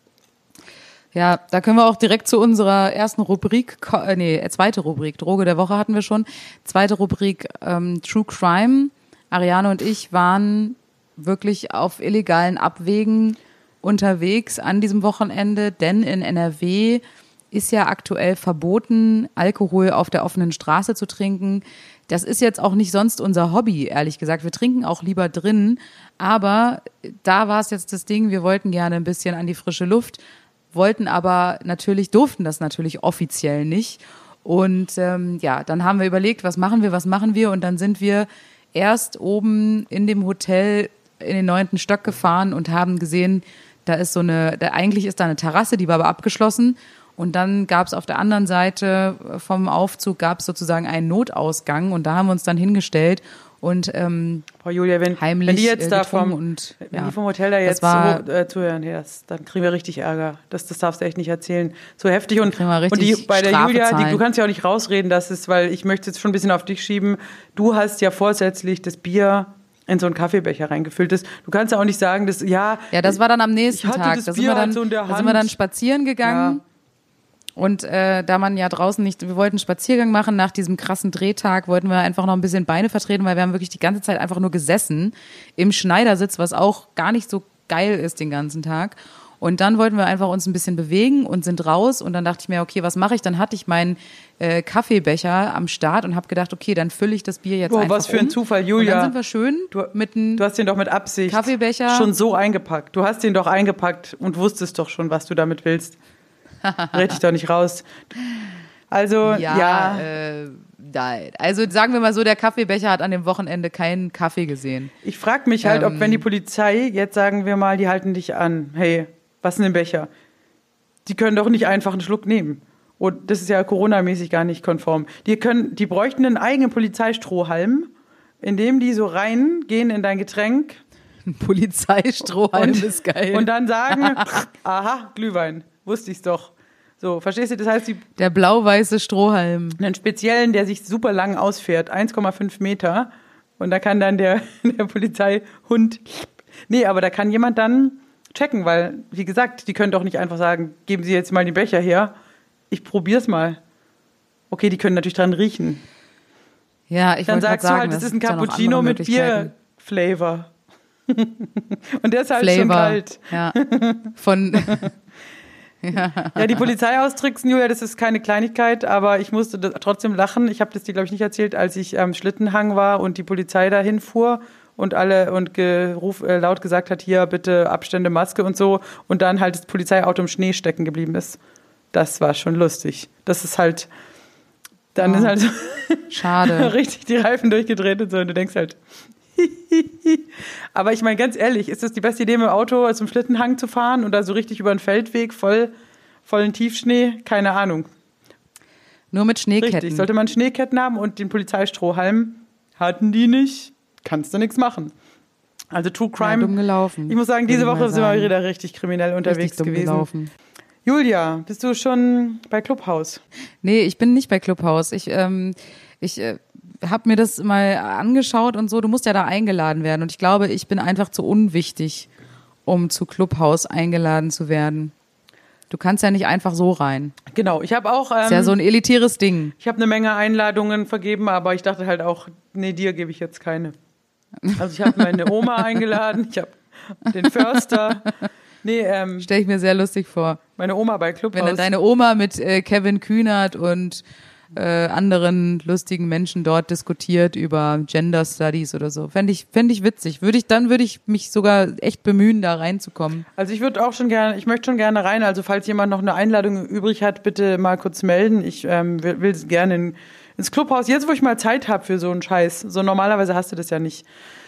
C: Ja, da können wir auch direkt zu unserer ersten Rubrik, äh, nee, zweite Rubrik, Droge der Woche hatten wir schon. Zweite Rubrik, ähm, True Crime. Ariane und ich waren wirklich auf illegalen Abwegen unterwegs an diesem Wochenende, denn in N R W ist ja aktuell verboten, Alkohol auf der offenen Straße zu trinken. Das ist jetzt auch nicht sonst unser Hobby, ehrlich gesagt. Wir trinken auch lieber drin, aber da war es jetzt das Ding, wir wollten gerne ein bisschen an die frische Luft, wollten aber natürlich, durften das natürlich offiziell nicht. Und ähm, ja, dann haben wir überlegt, was machen wir, was machen wir? Und dann sind wir erst oben in dem Hotel in den neunten Stock gefahren und haben gesehen, da ist so eine, da, eigentlich ist da eine Terrasse, die war aber abgeschlossen. Und dann gab es auf der anderen Seite vom Aufzug gab es sozusagen einen Notausgang und da haben wir uns dann hingestellt und ähm,
D: Boah, Julia, wenn,
C: heimlich
D: wenn die jetzt
C: äh,
D: da vom,
C: und,
D: wenn
C: ja,
D: die vom Hotel da jetzt
C: war,
D: so, äh, zuhören, ja, das, dann kriegen wir richtig Ärger. Das, das darfst du echt nicht erzählen. So heftig und,
C: kriegen wir
D: und die,
C: richtig
D: bei der
C: Strafe
D: Julia, die,
C: zahlen.
D: du kannst ja auch nicht rausreden, dass es, weil ich möchte jetzt schon ein bisschen auf dich schieben. Du hast ja vorsätzlich das Bier in so einen Kaffeebecher reingefüllt. Das, du kannst ja auch nicht sagen, dass ja.
C: Ja, das war dann am nächsten
D: ich hatte
C: Tag.
D: Das
C: Da
D: Bier
C: sind, wir dann,
D: halt so in der
C: da sind wir dann
D: Hand.
C: spazieren gegangen.
D: Ja.
C: Und äh, da man ja draußen nicht, wir wollten einen Spaziergang machen, nach diesem krassen Drehtag wollten wir einfach noch ein bisschen Beine vertreten, weil wir haben wirklich die ganze Zeit einfach nur gesessen im Schneidersitz, was auch gar nicht so geil ist den ganzen Tag. Und dann wollten wir einfach uns ein bisschen bewegen und sind raus und dann dachte ich mir, okay, was mache ich? Dann hatte ich meinen äh, Kaffeebecher am Start und habe gedacht, okay, dann fülle ich das Bier jetzt
D: Boah,
C: einfach
D: was für ein
C: um.
D: Julia, Julia.
C: Und dann sind wir schön
D: Du,
C: mit einem
D: du hast den doch mit Absicht
C: Kaffeebecher
D: schon so eingepackt. Du hast den doch eingepackt und wusstest doch schon, was du damit willst. Red dich doch nicht raus. Also, ja.
C: Ja, Äh, nein. Also sagen wir mal so, der Kaffeebecher hat an dem Wochenende keinen Kaffee gesehen.
D: Ich frage mich halt,
C: Ähm.
D: ob wenn die Polizei, jetzt sagen wir mal, die halten dich an. Hey, was in dem Becher? Die können doch nicht einfach einen Schluck nehmen. Und das ist ja Corona-mäßig gar nicht konform. Die können, die bräuchten einen eigenen Polizeistrohhalm, in dem die so reingehen in dein Getränk.
C: Ein Polizeistrohhalm
D: Und-
C: ist geil.
D: Und dann sagen, aha, Glühwein. Wusste ich's doch. So, verstehst du? Das heißt, die
C: Der blau-weiße Strohhalm.
D: einen speziellen, der sich super lang ausfährt, eins Komma fünf Meter. Und da kann dann der, der Polizeihund, nee, aber da kann jemand dann checken, weil, wie gesagt, die können doch nicht einfach sagen, geben Sie jetzt mal den Becher her, ich probier's mal. Okay, die können natürlich dran riechen.
C: Ja, ich
D: Dann
C: wollte
D: sagst
C: gerade
D: du
C: sagen,
D: halt, das ist ein
C: gibt's ja noch
D: Cappuccino
C: andere
D: mit
C: Möglichkeiten.
D: Bier-Flavor. Und der ist halt schon
C: Flavor.
D: kalt.
C: Ja. Von,
D: Ja, die Polizei austricksen, Julia, das ist keine Kleinigkeit, aber ich musste das trotzdem lachen. Ich habe das dir, glaube ich, nicht erzählt, als ich am Schlittenhang war und die Polizei dahin fuhr und alle und geruf, äh, laut gesagt hat, hier bitte Abstände, Maske und so, und dann halt das Polizeiauto im Schnee stecken geblieben ist. Das war schon lustig. Das ist halt, dann
C: Oh.
D: ist halt so
C: Schade.
D: richtig die Reifen durchgedreht und so, und du denkst halt, aber ich meine, ganz ehrlich, ist das die beste Idee, mit dem Auto zum Schlittenhang zu fahren oder so richtig über einen Feldweg, voll, vollen Tiefschnee? Keine Ahnung.
C: Nur mit Schneeketten.
D: Richtig, sollte man Schneeketten haben und den Polizeistrohhalm hatten die nicht, kannst du nichts machen. Also True
C: Ja,
D: Crime.
C: dumm gelaufen.
D: Ich muss sagen, diese
C: würde ich
D: Woche
C: mal
D: sind wir
C: sagen.
D: wieder richtig kriminell unterwegs
C: Richtig dumm
D: gewesen.
C: gelaufen.
D: Julia, bist du schon bei Clubhouse?
C: Nee, ich bin nicht bei Clubhouse. Ich, ähm, ich äh, habe mir das mal angeschaut und so. Du musst ja da eingeladen werden. Und ich glaube, ich bin einfach zu unwichtig, um zu Clubhouse eingeladen zu werden. Du kannst ja nicht einfach so rein.
D: Genau, ich habe auch ähm,
C: Ist ja so ein elitäres Ding.
D: ich habe eine Menge Einladungen vergeben, aber ich dachte halt auch, nee, dir gebe ich jetzt keine. Also ich habe meine Oma eingeladen, ich habe den Förster. Nee, ähm,
C: Stelle ich mir sehr lustig vor.
D: meine Oma bei
C: Wenn
D: Clubhouse.
C: dann deine Oma mit äh, Kevin Kühnert und äh, anderen lustigen Menschen dort diskutiert über Gender Studies oder so. Fände ich, fänd ich witzig. Würde ich, dann würde ich mich sogar echt bemühen, da reinzukommen.
D: Also ich würde auch schon gerne, ich möchte schon gerne rein. Also falls jemand noch eine Einladung übrig hat, bitte mal kurz melden. Ich ähm, will, will gerne in, ins Clubhaus. Jetzt, wo ich mal Zeit habe für so einen Scheiß. So normalerweise hast du das ja nicht.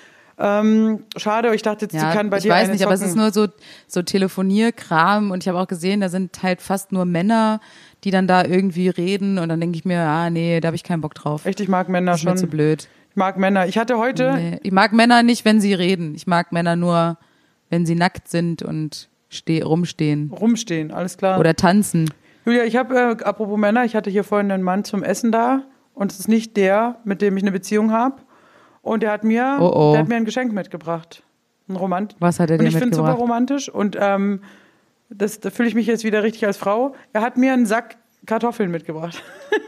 D: Ähm, schade, ich dachte jetzt,
C: Ja,
D: sie kann bei
C: ich
D: dir
C: weiß
D: eine
C: nicht, aber es
D: zocken.
C: ist nur so, so Telefonierkram und ich habe auch gesehen, da sind halt fast nur Männer, die dann da irgendwie reden und dann denke ich mir, ah nee, da habe ich keinen Bock drauf.
D: Echt, ich mag Männer
C: Das ist mir
D: schon.
C: zu blöd.
D: Ich mag Männer. Ich hatte heute,
C: Nee. Ich mag Männer nicht, wenn sie reden. Ich mag Männer nur, wenn sie nackt sind und steh, rumstehen
D: rumstehen, alles klar.
C: oder tanzen.
D: Julia, ich habe, äh, apropos Männer, ich hatte hier vorhin einen Mann zum Essen da und es ist nicht der, mit dem ich eine Beziehung habe. Und der hat mir,
C: Oh, oh.
D: der hat mir ein Geschenk mitgebracht. Ein Romant.
C: Was hat er
D: Und
C: dir
D: ich finde es super
C: mitgebracht?
D: romantisch und ähm, das, da fühle ich mich jetzt wieder richtig als Frau. Er hat mir einen Sack Kartoffeln mitgebracht.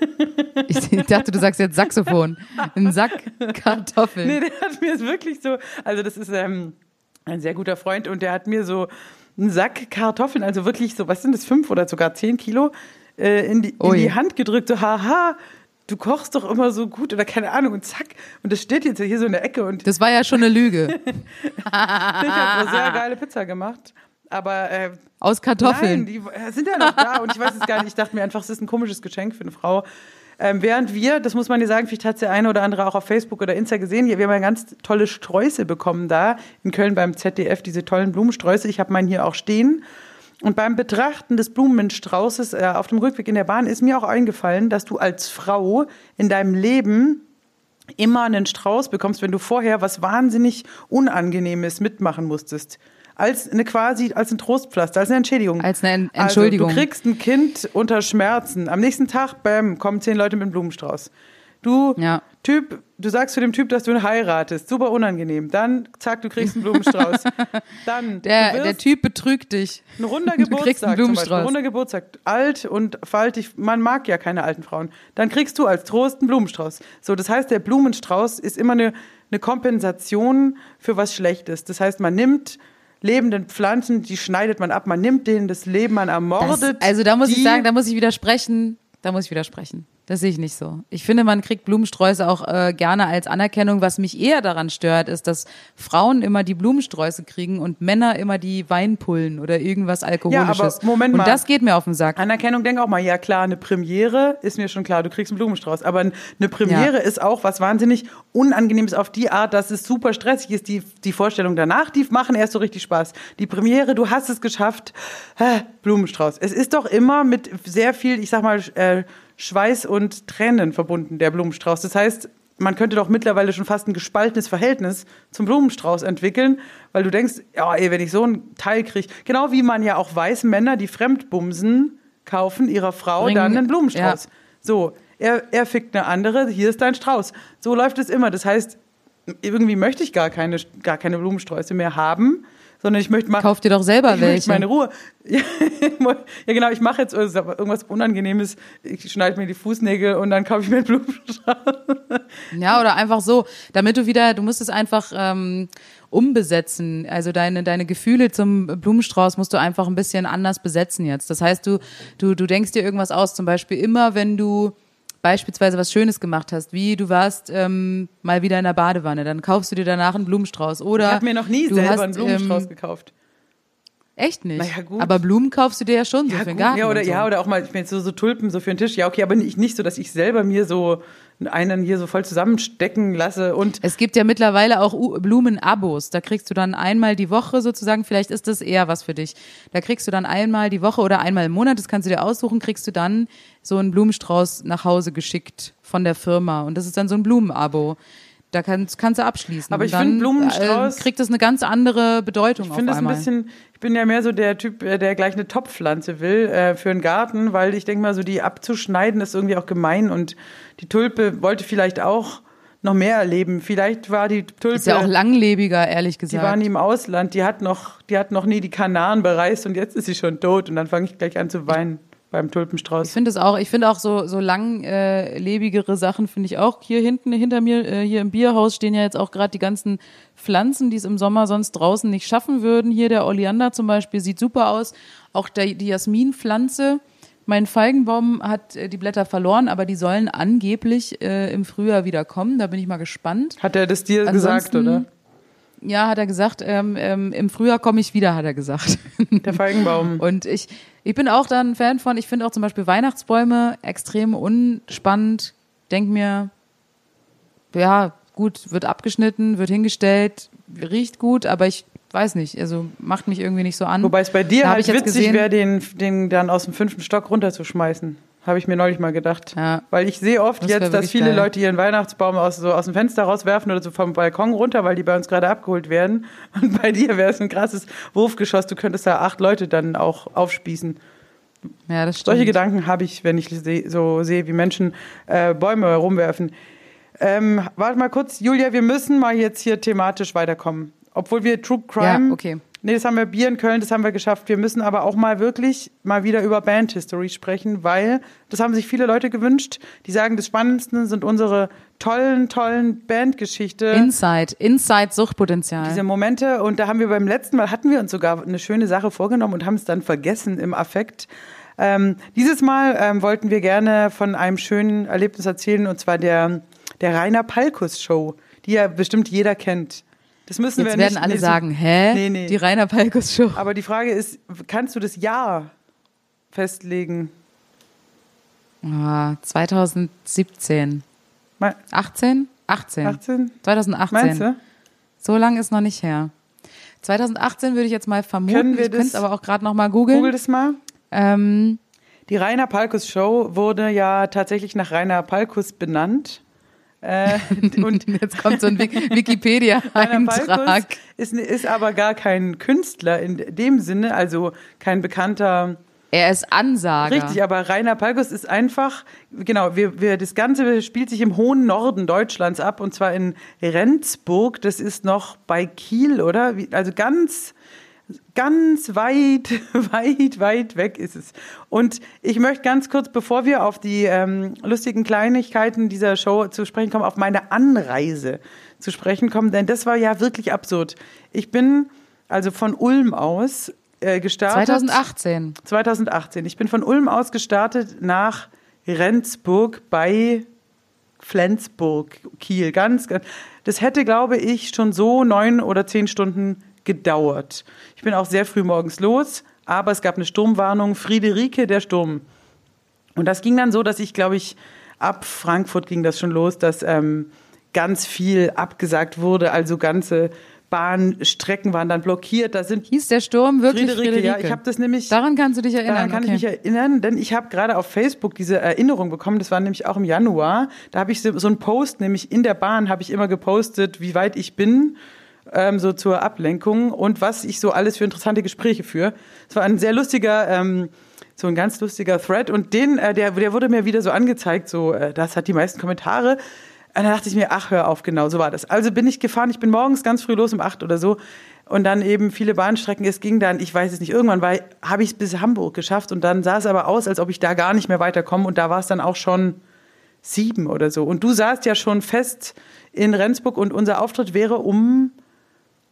C: Ich, ich dachte, du sagst jetzt Saxophon. Ein Sack Kartoffeln.
D: Nee, der hat mir es wirklich so, also das ist ähm, ein sehr guter Freund und der hat mir so einen Sack Kartoffeln, also wirklich so, was sind das, fünf oder sogar zehn Kilo, äh, in, die, in
C: Ui.
D: die Hand gedrückt, so haha, du kochst doch immer so gut oder keine Ahnung und zack. Und das steht jetzt hier so in der Ecke und
C: Das war ja schon eine Lüge.
D: ich habe eine sehr geile Pizza gemacht. Aber äh,
C: Aus Kartoffeln.
D: nein, die äh, sind ja noch da und ich weiß es gar nicht. Ich dachte mir einfach, es ist ein komisches Geschenk für eine Frau. Ähm, während wir, das muss man dir sagen, vielleicht hat es der eine oder andere auch auf Facebook oder Insta gesehen, wir haben ja ganz tolle Sträuße bekommen da in Köln beim Z D F, diese tollen Blumensträuße. Ich habe meinen hier auch stehen. Und beim Betrachten des Blumenstraußes äh, auf dem Rückweg in der Bahn ist mir auch eingefallen, dass du als Frau in deinem Leben immer einen Strauß bekommst, wenn du vorher was wahnsinnig Unangenehmes mitmachen musstest. Als eine quasi, als ein Trostpflaster, als eine Entschädigung.
C: Als eine En- Entschuldigung.
D: Also, du kriegst ein Kind unter Schmerzen. Am nächsten Tag, bam, kommen zehn Leute mit einem Blumenstrauß. Du,
C: Ja.
D: Typ, du sagst zu dem Typ, dass du ihn heiratest. Super unangenehm. Dann, zack, du kriegst einen Blumenstrauß. Dann,
C: Der,
D: du wirst
C: der Typ betrügt dich.
D: ein runder
C: Du kriegst einen
D: Geburtstag zum Beispiel.
C: Blumenstrauß.
D: Ein runder Geburtstag. Alt und faltig. Man mag ja keine alten Frauen. Dann kriegst du als Trost einen Blumenstrauß. So, das heißt, der Blumenstrauß ist immer eine, eine Kompensation für was Schlechtes. Das heißt, man nimmt lebenden Pflanzen, die schneidet man ab. Man nimmt denen das Leben, man
C: Das,
D: ermordet.
C: also da muss
D: die.
C: ich sagen, da muss ich widersprechen. Da muss ich widersprechen. Das sehe ich nicht so. Ich finde, man kriegt Blumensträuße auch äh, gerne als Anerkennung. Was mich eher daran stört, ist, dass Frauen immer die Blumensträuße kriegen und Männer immer die Weinpullen oder irgendwas Alkoholisches.
D: aber Moment
C: und
D: mal.
C: das geht mir auf den Sack.
D: Anerkennung, denk auch mal, ja klar, eine Premiere ist mir schon klar, du kriegst einen Blumenstrauß, aber eine Premiere
C: Ja.
D: ist auch was wahnsinnig Unangenehmes auf die Art, dass es super stressig ist. Die, die Vorstellung danach, die machen erst so richtig Spaß. Die Premiere, du hast es geschafft, hä, Blumenstrauß. Es ist doch immer mit sehr viel, ich sag mal, äh, Schweiß und Tränen verbunden, der Blumenstrauß. Das heißt, man könnte doch mittlerweile schon fast ein gespaltenes Verhältnis zum Blumenstrauß entwickeln, weil du denkst, ja, ey, wenn ich so einen Teil kriege, genau wie man ja auch weiß, Männer, die fremdbumsen, kaufen ihrer Frau
C: Bringen-
D: dann einen Blumenstrauß.
C: ja.
D: So, er, er fickt eine andere, hier ist dein Strauß. So läuft es immer. Das heißt, irgendwie möchte ich gar keine, gar keine Blumensträuße mehr haben, sondern ich möchte mal...
C: Kauf dir doch selber
D: ich
C: welche.
D: möchte meine Ruhe. Ja, ja, genau, ich mache jetzt irgendwas Unangenehmes, ich schneide mir die Fußnägel und dann kaufe ich mir einen Blumenstrauß.
C: Ja, oder einfach so, damit du wieder, du musst es einfach ähm, umbesetzen. Also deine, deine Gefühle zum Blumenstrauß musst du einfach ein bisschen anders besetzen jetzt. Das heißt, du, du, du denkst dir irgendwas aus. Zum Beispiel immer, wenn du beispielsweise was Schönes gemacht hast, wie du warst ähm, mal wieder in der Badewanne, dann kaufst du dir danach einen Blumenstrauß. Oder
D: Ich habe mir noch nie
C: du
D: selber
C: hast,
D: einen Blumenstrauß
C: ähm,
D: gekauft.
C: Echt nicht?
D: Na ja, gut.
C: Aber Blumen kaufst du dir ja schon so
D: Ja,
C: für den
D: gut,
C: Garten.
D: ja, oder,
C: und so.
D: ja, oder auch mal, ich meine, so, so Tulpen so für den Tisch. Ja, okay, aber nicht, nicht so, dass ich selber mir so einen hier so voll zusammenstecken lasse und
C: Es gibt ja mittlerweile auch U- Blumenabos. Da kriegst du dann einmal die Woche sozusagen, vielleicht ist das eher was für dich. Da kriegst du dann einmal die Woche oder einmal im Monat, das kannst du dir aussuchen, kriegst du dann so einen Blumenstrauß nach Hause geschickt von der Firma. Und das ist dann so ein Blumenabo. Da kannst, kannst du abschließen.
D: Aber ich
C: Und dann,
D: find Blumenstrauß-
C: Äh, kriegt das eine ganz andere Bedeutung
D: ich
C: auf
D: finde es ein
C: einmal.
D: bisschen, ich bin ja mehr so der Typ, äh, der gleich eine Topfpflanze will äh, für einen Garten, weil ich denke mal, so die abzuschneiden ist irgendwie auch gemein und die Tulpe wollte vielleicht auch noch mehr erleben. Vielleicht war die Tulpe,
C: Ist ja auch langlebiger, ehrlich
D: die
C: gesagt.
D: war nie im Ausland, die hat noch, die hat noch nie die Kanaren bereist und jetzt ist sie schon tot und dann fange ich gleich an zu weinen beim Tulpenstrauß.
C: Ich finde es auch, ich finde auch so, so langlebigere äh, Sachen finde ich auch. Hier hinten, hinter mir, äh, hier im Bierhaus stehen ja jetzt auch gerade die ganzen Pflanzen, die es im Sommer sonst draußen nicht schaffen würden. Hier der Oleander zum Beispiel sieht super aus. Auch der, die Jasminpflanze. Mein Feigenbaum hat äh, die Blätter verloren, aber die sollen angeblich äh, im Frühjahr wieder kommen. Da bin ich mal gespannt.
D: Hat er das dir gesagt,
C: Ansonsten-
D: oder?
C: Ja, hat er gesagt, ähm, ähm, im Frühjahr komme ich wieder, hat er gesagt.
D: Der Feigenbaum.
C: Und ich, ich bin auch da ein Fan von, ich finde auch zum Beispiel Weihnachtsbäume extrem unspannend. Denk mir, ja, gut, wird abgeschnitten, wird hingestellt, riecht gut, aber ich weiß nicht, also macht mich irgendwie nicht so an.
D: Wobei es bei dir
C: Da hab
D: halt
C: ich jetzt
D: witzig
C: gesehen-
D: wäre, den, den dann aus dem fünften Stock runterzuschmeißen. Habe ich mir neulich mal gedacht.
C: Ja.
D: Weil ich sehe oft
C: Das wär
D: jetzt, dass
C: wirklich
D: viele
C: geil.
D: Leute ihren Weihnachtsbaum aus, so aus dem Fenster rauswerfen oder so vom Balkon runter, weil die bei uns gerade abgeholt werden. Und bei dir wäre es ein krasses Wurfgeschoss. Du könntest da acht Leute dann auch aufspießen.
C: Ja, das stimmt.
D: Solche Gedanken habe ich, wenn ich seh, so sehe, wie Menschen äh, Bäume rumwerfen. Ähm, warte mal kurz, Julia, wir müssen mal jetzt hier thematisch weiterkommen. Obwohl wir True Crime...
C: Ja, okay.
D: Nee, das haben wir Bier in Köln, das haben wir geschafft. Wir müssen aber auch mal wirklich mal wieder über Band-History sprechen, weil das haben sich viele Leute gewünscht. Die sagen, das Spannendste sind unsere tollen, tollen Bandgeschichte.
C: Inside, Inside Suchtpotenzial.
D: Diese Momente. Und da haben wir beim letzten Mal, hatten wir uns sogar eine schöne Sache vorgenommen und haben es dann vergessen im Affekt. Ähm, dieses Mal ähm, wollten wir gerne von einem schönen Erlebnis erzählen, und zwar der, der Rainer Palkus Show, die ja bestimmt jeder kennt. Das müssen
C: Jetzt
D: wir
C: werden
D: nicht,
C: alle
D: nee, so-
C: sagen, hä?
D: Nee, nee.
C: Die Rainer Palkus Show.
D: Aber die Frage ist, kannst du das Jahr festlegen?
C: Ah, zwanzig siebzehn.
D: Me-
C: achtzehn? achtzehn.
D: achtzehn?
C: zwanzig achtzehn.
D: Meinst du?
C: So lang ist noch nicht her. zwanzig achtzehn würde ich jetzt mal vermuten.
D: Können wir
C: ich könnte es
D: das-
C: aber auch gerade noch mal googeln.
D: Google das mal.
C: Ähm,
D: Die Rainer Palkus Show wurde ja tatsächlich nach Rainer Palkus benannt. Äh, und
C: jetzt kommt so ein Wik-
D: Rainer
C: Wikipedia-Eintrag.
D: Palkus ist, ist aber gar kein Künstler in dem Sinne, also kein bekannter...
C: Er ist Ansager.
D: Richtig, aber Rainer Palkus ist einfach, genau, wir, wir, das Ganze spielt sich im hohen Norden Deutschlands ab, und zwar in Rendsburg. Das ist noch bei Kiel, oder? Wie- Also ganz, ganz weit, weit, weit weg ist es. Und ich möchte ganz kurz, bevor wir auf die ähm, lustigen Kleinigkeiten dieser Show zu sprechen kommen, auf meine Anreise zu sprechen kommen, denn das war ja wirklich absurd. Ich bin also von Ulm aus äh, gestartet.
C: zwanzig achtzehn.
D: zwanzig achtzehn. Ich bin von Ulm aus gestartet nach Rendsburg bei Flensburg, Kiel. Ganz, ganz. Das hätte, glaube ich, schon so neun oder zehn Stunden gedauert. Ich bin auch sehr früh morgens los, aber es gab eine Sturmwarnung. Friederike, der Sturm. Und das ging dann so, dass ich, glaube ich, ab Frankfurt ging das schon los, dass ähm, ganz viel abgesagt wurde. Also ganze Bahnstrecken waren dann blockiert. Da sind
C: Hieß der Sturm wirklich
D: Friederike,
C: Friederike?
D: ja, ich habe das nämlich.
C: Daran kannst du dich erinnern.
D: Daran kann
C: okay.
D: ich mich erinnern, denn ich habe gerade auf Facebook diese Erinnerung bekommen, das war nämlich auch im Januar, da habe ich so, so einen Post, nämlich in der Bahn habe ich immer gepostet, wie weit ich bin, ähm, so zur Ablenkung und was ich so alles für interessante Gespräche führe. Es war ein sehr lustiger, ähm, so ein ganz lustiger Thread und den, äh, der, der wurde mir wieder so angezeigt, so, äh, das hat die meisten Kommentare. Und dann dachte ich mir, ach, hör auf, genau, so war das. Also bin ich gefahren, ich bin morgens ganz früh los um acht oder so und dann eben viele Bahnstrecken. Es ging dann, ich weiß es nicht, irgendwann war, habe ich es bis Hamburg geschafft und dann sah es aber aus, als ob ich da gar nicht mehr weiterkomme und da war es dann auch schon sieben oder so. Und du saßt ja schon fest in Rendsburg und unser Auftritt wäre um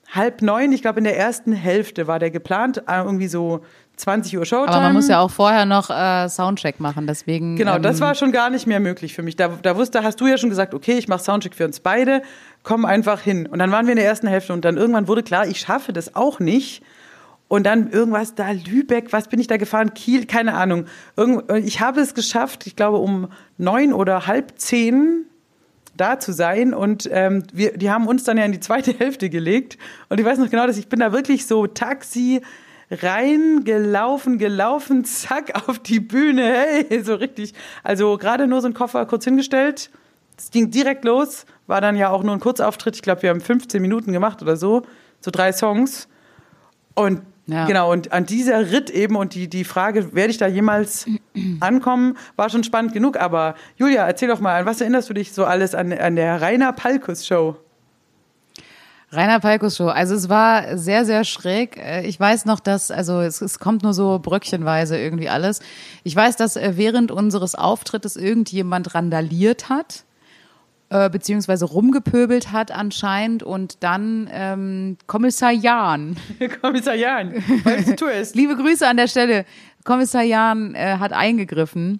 D: halb neun, ich glaube in der ersten Hälfte war der geplant, irgendwie so zwanzig Uhr Showtime.
C: Aber man muss ja auch vorher noch äh, Soundcheck machen, deswegen...
D: Genau,
C: ähm,
D: das war schon gar nicht mehr möglich für mich. Da, da wusste, hast du ja schon gesagt, okay, ich mache Soundcheck für uns beide, komm einfach hin. Und dann waren wir in der ersten Hälfte und dann irgendwann wurde klar, ich schaffe das auch nicht. Und dann irgendwas da, Lübeck, was bin ich da gefahren? Kiel, keine Ahnung. Irgend, ich habe es geschafft, ich glaube um neun oder halb zehn da zu sein. Und ähm, wir, die haben uns dann ja in die zweite Hälfte gelegt. Und ich weiß noch genau, dass ich bin da wirklich so Taxi reingelaufen, gelaufen, zack, auf die Bühne, hey, so richtig. Also gerade nur so einen Koffer kurz hingestellt. Es ging direkt los, war dann ja auch nur ein Kurzauftritt. Ich glaube, wir haben fünfzehn Minuten gemacht oder so, so drei Songs. Und ja. Genau, und an dieser Ritt eben und die, die Frage, werde ich da jemals ankommen, war schon spannend genug. Aber Julia, erzähl doch mal, an was erinnerst du dich so alles an, an der Rainer Palkus-Show?
C: Rainer Palkus-Show, also es war sehr, sehr schräg. Ich weiß noch, dass, also es, es kommt nur so bröckchenweise irgendwie alles. Ich weiß, dass während unseres Auftrittes irgendjemand randaliert hat, beziehungsweise rumgepöbelt hat anscheinend und dann ähm, Kommissar Jahn.
D: Kommissar Jahn, weil du tust.
C: Liebe Grüße an der Stelle. Kommissar Jahn äh, hat eingegriffen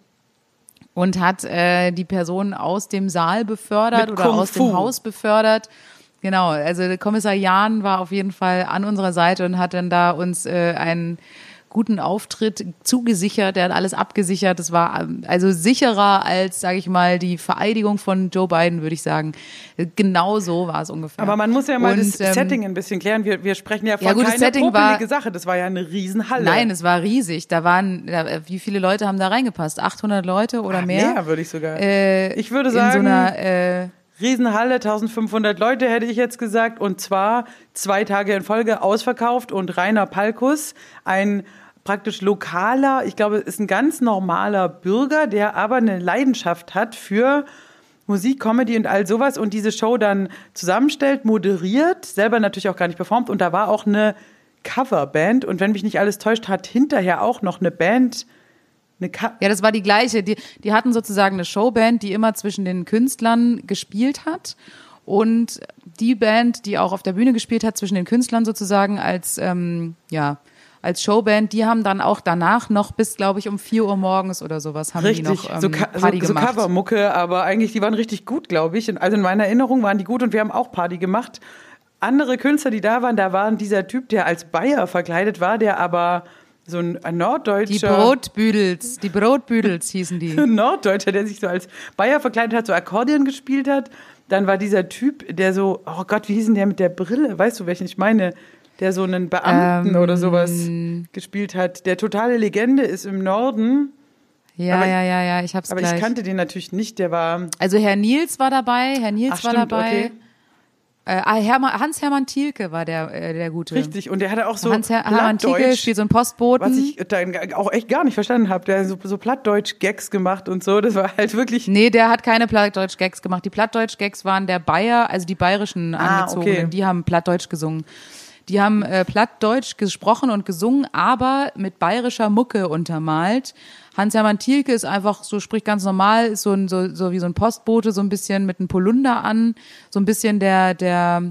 C: und hat äh, die Person aus dem Saal befördert
D: Mit
C: oder
D: Kung
C: aus
D: Fu.
C: dem Haus befördert. Genau, also der Kommissar Jahn war auf jeden Fall an unserer Seite und hat dann da uns äh, einen guten Auftritt zugesichert, der hat alles abgesichert. Das war also sicherer als, sage ich mal, die Vereidigung von Joe Biden, würde ich sagen. Genau so war es ungefähr.
D: Aber man muss ja mal
C: und,
D: das
C: ähm,
D: Setting ein bisschen klären. Wir, wir sprechen ja von
C: ja, gut, das
D: keiner
C: Setting
D: popelige
C: war,
D: Sache. Das war ja eine Riesenhalle.
C: Nein, es war riesig. Da waren, da, wie viele Leute haben da reingepasst? achthundert Leute oder
D: Ach,
C: mehr?
D: Mehr, würde ich sogar.
C: Äh,
D: ich würde
C: in
D: sagen,
C: so einer, äh,
D: Riesenhalle, eintausendfünfhundert Leute, hätte ich jetzt gesagt. Und zwar zwei Tage in Folge ausverkauft. Und Rainer Palkus, ein praktisch lokaler, ich glaube, ist ein ganz normaler Bürger, der aber eine Leidenschaft hat für Musik, Comedy und all sowas und diese Show dann zusammenstellt, moderiert, selber natürlich auch gar nicht performt und da war auch eine Coverband und wenn mich nicht alles täuscht, hat hinterher auch noch eine Band eine Ka-
C: Ja, das war die gleiche. Die, die hatten sozusagen eine Showband, die immer zwischen den Künstlern gespielt hat und die Band, die auch auf der Bühne gespielt hat, zwischen den Künstlern sozusagen als, ähm, ja, als Showband, die haben dann auch danach noch bis, glaube ich, um vier Uhr morgens oder sowas haben
D: richtig,
C: die noch ähm,
D: so, Ka-
C: Party
D: so, so
C: gemacht.
D: Covermucke, aber eigentlich, die waren richtig gut, glaube ich. Und also in meiner Erinnerung waren die gut und wir haben auch Party gemacht. Andere Künstler, die da waren, da waren dieser Typ, der als Bayer verkleidet war, der aber so ein, ein norddeutscher...
C: Die Brotbüdels, die Brotbüdels hießen die.
D: Ein Norddeutscher, der sich so als Bayer verkleidet hat, so Akkordeon gespielt hat. Dann war dieser Typ, der so, oh Gott, wie hieß denn der mit der Brille? Weißt du, welchen ich meine? Der so einen Beamten
C: ähm,
D: oder sowas gespielt hat. Der totale Legende ist im Norden.
C: Ja,
D: aber,
C: ja, ja, ja, ich hab's
D: aber
C: gleich.
D: ich kannte den natürlich nicht, der war...
C: Also Herr Nils war dabei, Herr Nils
D: Ach,
C: war
D: stimmt,
C: dabei.
D: okay.
C: Äh, Hermann, Hans-Hermann Thielke war der, äh, der Gute.
D: Richtig, und der hatte auch so
C: Hans-Hermann Thielke
D: Plattdeutsch,
C: spielt so einen Postboten.
D: was ich da auch echt gar nicht verstanden habe. Der hat so, so Plattdeutsch-Gags gemacht und so. Das war halt wirklich...
C: Nee, der hat keine Plattdeutsch-Gags gemacht. Die Plattdeutsch-Gags waren der Bayer, also die bayerischen
D: Ah,
C: Angezogenen,
D: okay.
C: die haben Plattdeutsch gesungen. Die haben äh, Plattdeutsch gesprochen und gesungen, aber mit bayerischer Mucke untermalt. Hans-Hermann Thielke ist einfach so, spricht ganz normal, ist so, ein, so, so wie so ein Postbote, so ein bisschen mit einem Polunder an, so ein bisschen der, der,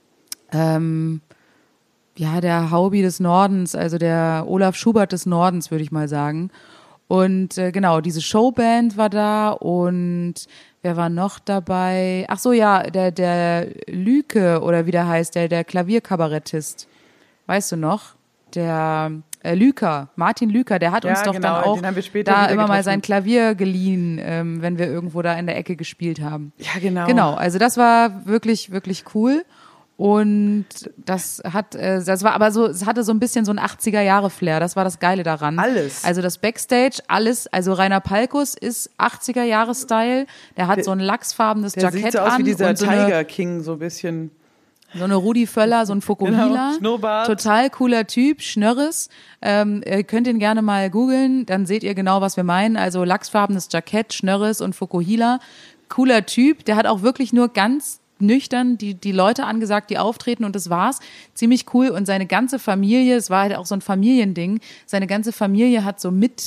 C: ähm, ja, der Haubi des Nordens, also der Olaf Schubert des Nordens, würde ich mal sagen. Und äh, genau, diese Showband war da und wer war noch dabei? Ach so, ja, der der Lüke oder wie der heißt, der der Klavierkabarettist. Weißt du noch? Der äh, Lüker, Martin Lüker, der hat
D: Ja,
C: uns doch
D: genau,
C: dann auch
D: den haben wir später
C: da
D: wieder
C: immer mal
D: getroffen.
C: sein Klavier geliehen, ähm, wenn wir irgendwo da in der Ecke gespielt haben.
D: Ja, genau.
C: Genau, also das war wirklich, wirklich cool. Und das hat, äh, das war aber so, es hatte so ein bisschen so ein achtziger-Jahre-Flair. Das war das Geile daran.
D: Alles.
C: Also das Backstage, alles. Also Rainer Palkus ist achtziger-Jahre-Style. Der hat
D: Der-
C: so ein lachsfarbenes
D: Der
C: Jackett
D: sieht so aus
C: an
D: wie dieser
C: und so
D: Tiger
C: eine,
D: King, so ein bisschen.
C: so eine Rudi Völler, so ein Fokuhila.
D: Genau, Schnurrbart.
C: Total cooler Typ, Schnörres. Ähm, ihr könnt ihn gerne mal googeln, dann seht ihr genau, was wir meinen. Also lachsfarbenes Jackett, Schnörres und Fokuhila. Cooler Typ. Der hat auch wirklich nur ganz nüchtern die die Leute angesagt, die auftreten und das war's. Ziemlich cool und seine ganze Familie, es war halt auch so ein Familiending, seine ganze Familie hat so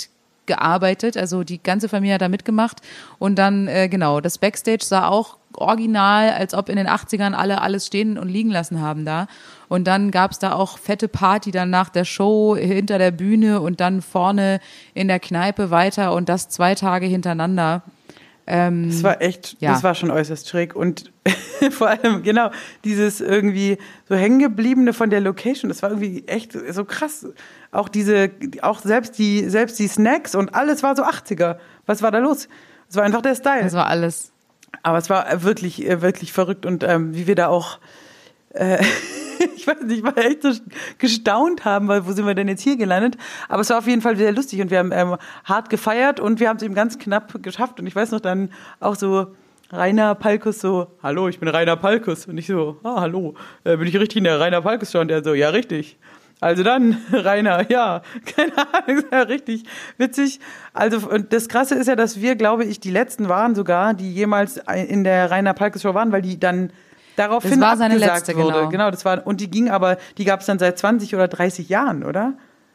C: mitgearbeitet, also die ganze Familie hat da mitgemacht und dann, äh, genau, das Backstage sah auch original, als ob in den achtzigern alle alles stehen und liegen lassen haben da. Und dann gab's da auch fette Party dann nach der Show hinter der Bühne und dann vorne in der Kneipe weiter und das zwei Tage hintereinander. Ähm,
D: Das war echt,
C: ja.
D: das war schon äußerst schräg und vor allem, genau, dieses irgendwie so hängengebliebene von der Location, das war irgendwie echt so krass. Auch diese, auch selbst die, selbst die Snacks und alles war so achtziger. Was war da los? Es war einfach der Style.
C: das war alles.
D: Aber es war wirklich, äh, wirklich verrückt und ähm, wie wir da auch, äh, ich weiß nicht, mal echt so gestaunt haben, weil wo sind wir denn jetzt hier gelandet? Aber es war auf jeden Fall sehr lustig und wir haben ähm, hart gefeiert und wir haben es eben ganz knapp geschafft und ich weiß noch dann auch so Rainer Palkus so, hallo, ich bin Rainer Palkus und ich so, ah, hallo, äh, bin ich richtig in der Rainer Palkus Show? Und der so, ja, richtig. Also dann, Rainer, ja, keine Ahnung, ja, richtig witzig. Also und das Krasse ist ja, dass wir, glaube ich, die Letzten waren sogar, die jemals in der Rainer Palkus Show waren, weil die dann daraufhin
C: Das war seine
D: abgesagt
C: letzte,
D: wurde.
C: genau.
D: Genau, das war und die ging aber, die gab es dann seit zwanzig oder dreißig Jahren, oder?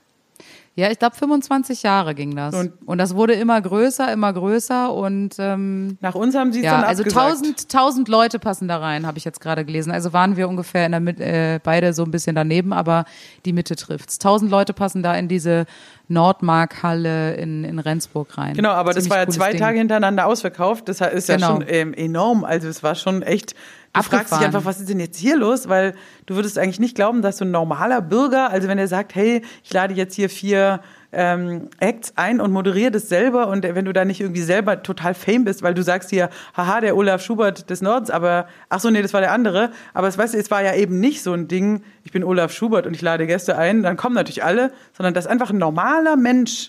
C: Ja, ich glaube fünfundzwanzig Jahre ging das.
D: Und-
C: Und, das wurde immer größer, immer größer und ähm,
D: Nach uns haben sie es
C: ja,
D: dann
C: also
D: abgesagt.
C: tausend, tausend Leute passen da rein, habe ich jetzt gerade gelesen. Also waren wir ungefähr in der Mitte, äh, beide so ein bisschen daneben, aber die Mitte trifft's. Tausend Leute passen da in diese Nordmark-Halle in, in Rendsburg rein.
D: Genau, aber das
C: Ziemlich
D: war ja
C: cooles
D: zwei
C: Ding.
D: Tage hintereinander ausverkauft. Das ist ja
C: Genau.
D: schon ähm, enorm. Also es war schon echt, du fragst dich
C: Abgefahren.
D: einfach, was ist denn jetzt hier los? Weil du würdest eigentlich nicht glauben, dass so ein normaler Bürger, also wenn er sagt, hey, ich lade jetzt hier vier ähm, Acts ein und moderiere das selber und wenn du da nicht irgendwie selber total fame bist, weil du sagst hier, haha, der Olaf Schubert des Nordens, aber, ach so, nee, das war der andere. Aber es, weißt du, es war ja eben nicht so ein Ding, ich bin Olaf Schubert und ich lade Gäste ein, dann kommen natürlich alle, sondern das ist einfach ein normaler Mensch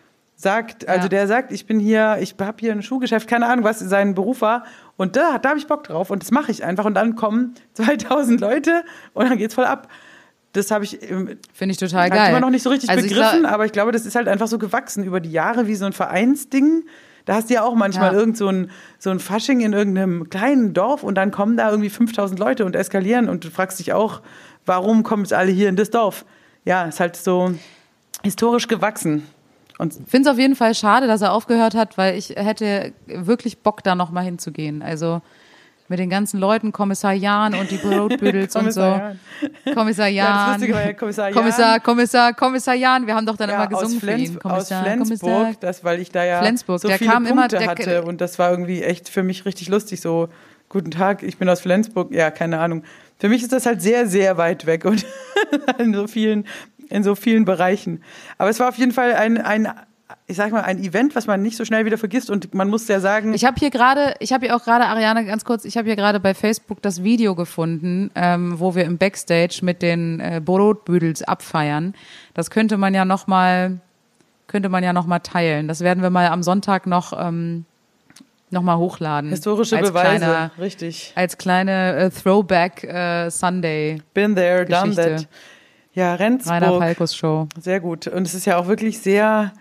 D: sagt, also
C: Ja.
D: der sagt, ich bin hier, ich habe hier ein Schuhgeschäft, keine Ahnung, was sein Beruf war und da, da habe ich Bock drauf und das mache ich einfach und dann kommen zweitausend Leute und dann geht's voll ab. Das habe ich ähm,
C: Finde ich total
D: hab
C: geil.
D: ich immer noch nicht so richtig
C: Also ich
D: begriffen,
C: glaub-
D: aber ich glaube, das ist halt einfach so gewachsen über die Jahre wie so ein Vereinsding. Da hast du ja auch manchmal
C: Ja.
D: irgend so ein, so ein Fasching in irgendeinem kleinen Dorf und dann kommen da irgendwie fünftausend Leute und eskalieren und du fragst dich auch, warum kommen jetzt alle hier in das Dorf? Ja, ist halt so historisch gewachsen. Und
C: Ich finde es auf jeden Fall schade, dass er aufgehört hat, weil ich hätte wirklich Bock, da nochmal hinzugehen. Also mit den ganzen Leuten, Kommissar Jan und die Brotbüdels und so.
D: Kommissar Jan.
C: Kommissar
D: Ja, das
C: Jan.
D: Lustige war ja Kommissar Jan.
C: Kommissar, Kommissar, Kommissar Jan. Wir haben doch dann
D: Ja,
C: immer gesungen
D: aus, Flens
C: für ihn.
D: aus
C: Kommissar,
D: Flensburg,
C: Kommissar.
D: das, weil ich da ja
C: Flensburg,
D: so
C: der
D: viele
C: kam immer-
D: Punkte
C: der-
D: hatte und das war irgendwie echt für mich richtig lustig, so, guten Tag, ich bin aus Flensburg, ja, keine Ahnung. Für mich ist das halt sehr, sehr weit weg und in so vielen, in so vielen Bereichen. Aber es war auf jeden Fall ein, ein, ich sag mal, ein Event, was man nicht so schnell wieder vergisst und man muss ja sagen,
C: Ich habe hier gerade, ich habe hier auch gerade, Ariane, ganz kurz, ich habe hier gerade bei Facebook das Video gefunden, ähm, wo wir im Backstage mit den äh, Brotbüdels abfeiern. Das könnte man ja noch mal, könnte man ja noch mal teilen. Das werden wir mal am Sonntag noch, ähm, noch mal hochladen.
D: historische
C: als
D: Beweise,
C: Kleine,
D: richtig.
C: als kleine äh, Throwback äh, Sunday
D: Been there, done
C: Geschichte.
D: that. Ja,
C: Rainer
D: Rendsburg.
C: Palkus Show.
D: Sehr gut. Und es ist ja auch wirklich sehr,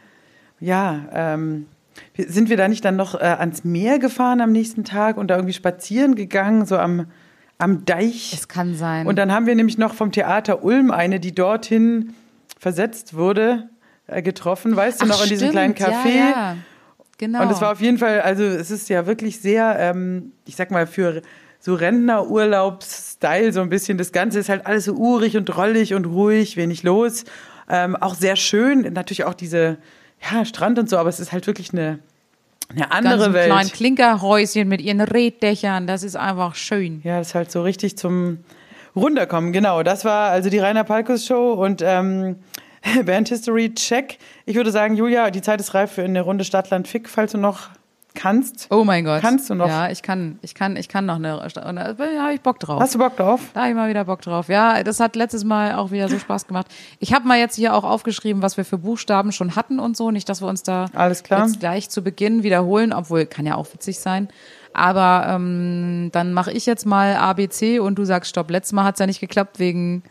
D: ja, ähm, wir- sind wir da nicht dann noch äh, ans Meer gefahren am nächsten Tag und da irgendwie spazieren gegangen, so am, am Deich?
C: Es kann sein.
D: Und dann haben wir nämlich noch vom Theater Ulm eine, die dorthin versetzt wurde, äh, getroffen, weißt du,
C: Ach,
D: noch in diesem
C: stimmt,
D: kleinen Café.
C: Ja, ja. Genau.
D: Und es war auf jeden Fall, also es ist ja wirklich sehr, ähm, ich sag mal, für so Rentnerurlaubs-Style so ein bisschen. Das Ganze ist halt alles so urig und drollig und ruhig, wenig los. Ähm, auch sehr schön, natürlich auch diese, ja, Strand und so, aber es ist halt wirklich eine, eine andere
C: Ganz
D: Welt.
C: kleinen Klinkerhäuschen mit ihren Reddächern, das ist einfach schön.
D: Ja, das ist halt so richtig zum Runterkommen, genau. Das war also die Rainer Palkus Show und ähm, Band History Check. Ich würde sagen, Julia, die Zeit ist reif für eine Runde Stadtland Fick, falls du noch kannst.
C: Oh mein Gott.
D: Kannst du noch?
C: Ja, ich kann, ich kann, ich kann noch eine, und da habe ich Bock drauf.
D: Hast du Bock drauf?
C: Da habe ich mal wieder Bock drauf. Ja, das hat letztes Mal auch wieder so Spaß gemacht. Ich habe mal jetzt hier auch aufgeschrieben, was wir für Buchstaben schon hatten und so. Nicht, dass wir uns da
D: Alles klar.
C: jetzt gleich zu Beginn wiederholen, obwohl kann ja auch witzig sein. Aber ähm, dann mache ich jetzt mal A, B, C und du sagst Stopp. Letztes Mal hat es ja nicht geklappt wegen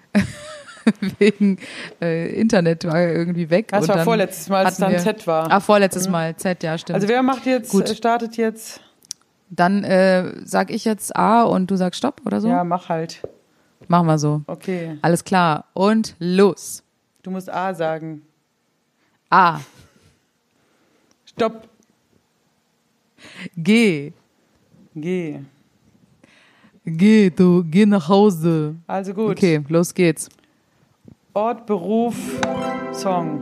C: wegen äh, Internet war irgendwie weg.
D: Das
C: und
D: war
C: dann
D: vorletztes Mal, als es
C: hatten
D: dann
C: wir-
D: Z war.
C: Ah, vorletztes Mal Z, ja, stimmt.
D: Also wer macht jetzt,
C: Gut.
D: äh, startet jetzt?
C: Dann äh, sag ich jetzt A und du sagst Stopp oder so?
D: Ja, mach halt.
C: Machen wir so.
D: Okay.
C: Alles klar. Und los.
D: Du musst A sagen.
C: A.
D: Stopp.
C: Geh.
D: Geh.
C: Geh, du, geh nach Hause.
D: Also gut.
C: Okay, los geht's.
D: Ort, Beruf, Song.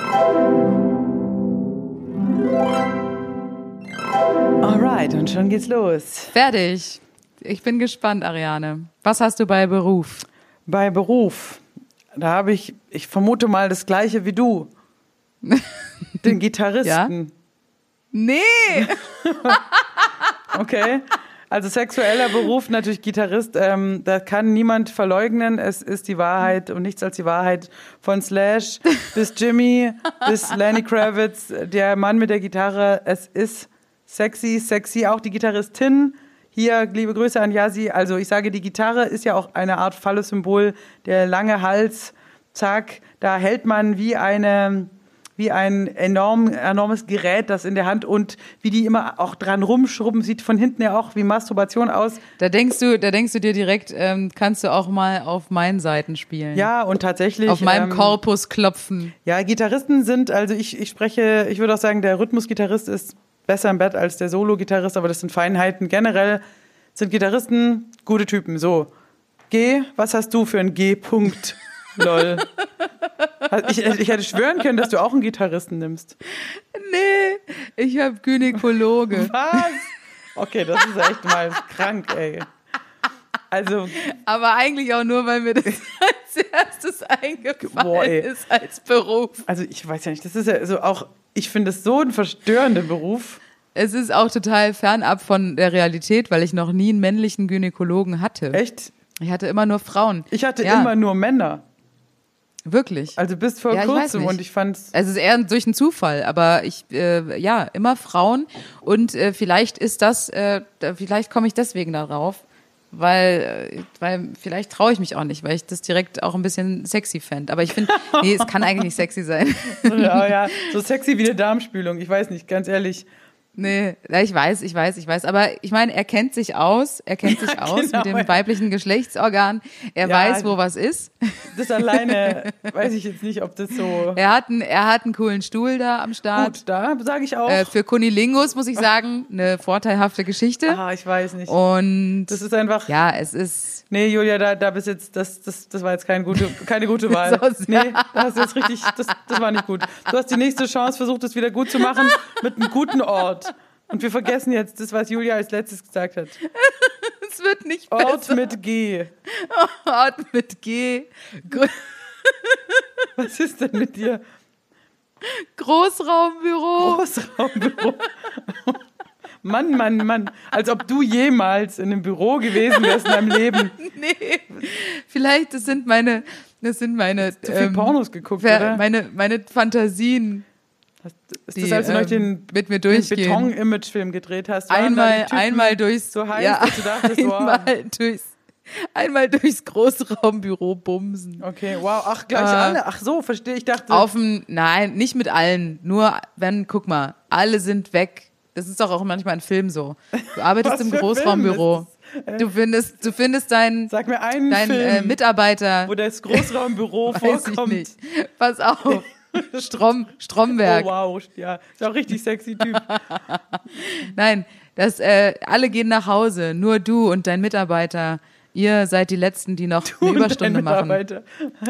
D: Alright, und schon geht's los.
C: Fertig. Ich bin gespannt, Ariane. Was hast du bei Beruf?
D: Bei Beruf, da habe ich, ich vermute mal das Gleiche wie du. Den Gitarristen.
C: Nee.
D: Okay. Also sexueller Beruf, natürlich Gitarrist, ähm, da kann niemand verleugnen. Es ist die Wahrheit und nichts als die Wahrheit. Von Slash bis Jimmy bis Lenny Kravitz, der Mann mit der Gitarre. Es ist sexy, sexy. Auch die Gitarristin. Hier, liebe Grüße an Yassi. Also ich sage, die Gitarre ist ja auch eine Art Phallus-Symbol. Der lange Hals, zack, da hält man wie eine... wie ein enorm, enormes Gerät, das in der Hand und wie die immer auch dran rumschrubben, sieht von hinten ja auch wie Masturbation aus.
C: Da denkst du, da denkst du dir direkt, ähm, kannst du auch mal auf meinen Seiten spielen.
D: Ja, und tatsächlich.
C: Auf meinem
D: ähm,
C: Korpus klopfen.
D: Ja, Gitarristen sind, also ich, ich spreche, ich würde auch sagen, der Rhythmusgitarrist ist besser im Bett als der Solo-Gitarrist, aber das sind Feinheiten. Generell sind Gitarristen gute Typen. So, G, was hast du für einen G-Punkt? Lol. Ich, ich hätte schwören können, dass du auch einen Gitarristen nimmst.
C: Nee, ich hab Gynäkologe.
D: Was? Okay, das ist echt mal krank, ey. Also,
C: Aber eigentlich auch nur, weil mir das als erstes eingefallen
D: Boah, ey.
C: ist als Beruf.
D: also ich weiß ja nicht, das ist ja so auch, ich finde es so ein verstörender Beruf.
C: Es ist auch total fernab von der Realität, weil ich noch nie einen männlichen Gynäkologen hatte.
D: Echt?
C: Ich hatte immer nur Frauen.
D: Ich hatte
C: Ja.
D: immer nur Männer.
C: Wirklich.
D: Also bis vor
C: Ja, ich weiß
D: kurzem
C: nicht.
D: und ich fand's.
C: Es ist eher durch einen Zufall, aber ich, äh, ja, immer Frauen und äh, vielleicht ist das, äh, da, vielleicht komme ich deswegen darauf, weil, äh, weil vielleicht traue ich mich auch nicht, weil ich das direkt auch ein bisschen sexy fände. Aber ich finde, nee, es kann eigentlich nicht sexy sein.
D: Ja, ja, so sexy wie eine Darmspülung. Ich weiß nicht, ganz ehrlich.
C: Nee, ja, ich weiß, ich weiß, ich weiß. Aber ich meine, er kennt sich aus, er kennt sich aus
D: genau.
C: mit dem weiblichen Geschlechtsorgan. Er
D: Ja,
C: weiß, wo was ist.
D: Das alleine weiß ich jetzt nicht, ob das so.
C: Er hat einen, er hat einen coolen Stuhl da am Start.
D: Gut, da sage ich auch.
C: Äh, für Kunilingus muss ich sagen, eine vorteilhafte Geschichte.
D: Ah, ich weiß nicht.
C: Und
D: Das ist einfach.
C: ja, es ist.
D: Nee, Julia, da, da bist jetzt, das, das, das war jetzt keine gute, keine gute Wahl.
C: So sehr.
D: Nee, da hast du jetzt richtig, das, das war nicht gut. Du hast die nächste Chance versucht, das wieder gut zu machen mit einem guten Ort. Und wir vergessen jetzt das, was Julia als letztes gesagt hat.
C: Es wird nicht
D: Ort
C: besser.
D: mit G.
C: Ort mit G. Gro-
D: Was ist denn mit dir?
C: Großraumbüro.
D: Großraumbüro. Mann, Mann, Mann. Als ob du jemals in einem Büro gewesen wärst in deinem Leben.
C: Nee. Vielleicht, das sind meine, das sind meine,
D: Zu viel
C: ähm,
D: Pornos geguckt,
C: ver-
D: oder?
C: meine, meine Fantasien.
D: Ist
C: die,
D: das, als du noch
C: ähm,
D: den,
C: mit mir
D: den
C: durchgehen.
D: Beton-Image-Film gedreht hast? Waren da
C: Einmal,
D: die Typen
C: einmal durchs,
D: so heiß,
C: ja,
D: dass du dachtest, wow.
C: einmal durchs, einmal durchs Großraumbüro bumsen.
D: Okay, wow. Ach, gleich
C: Äh,
D: alle. Ach so, verstehe. Ich dachte,
C: Auf dem, nein, nicht mit allen. Nur wenn, guck mal, alle sind weg. Das ist doch auch manchmal in Filmen so. Du arbeitest
D: Was
C: im
D: für Film
C: Großraumbüro.
D: ist das?
C: Du findest, du findest deinen,
D: sag mir einen
C: deinen
D: Film,
C: äh, Mitarbeiter.
D: wo das Großraumbüro
C: Weiß ich
D: vorkommt.
C: nicht. Pass auf. Strom, Stromberg.
D: Oh, wow. Ja, ist auch richtig sexy Typ.
C: Nein, das, äh, alle gehen nach Hause. Nur du und dein Mitarbeiter. Ihr seid die Letzten, die noch eine
D: Und
C: Überstunde
D: dein
C: machen.
D: Mitarbeiter.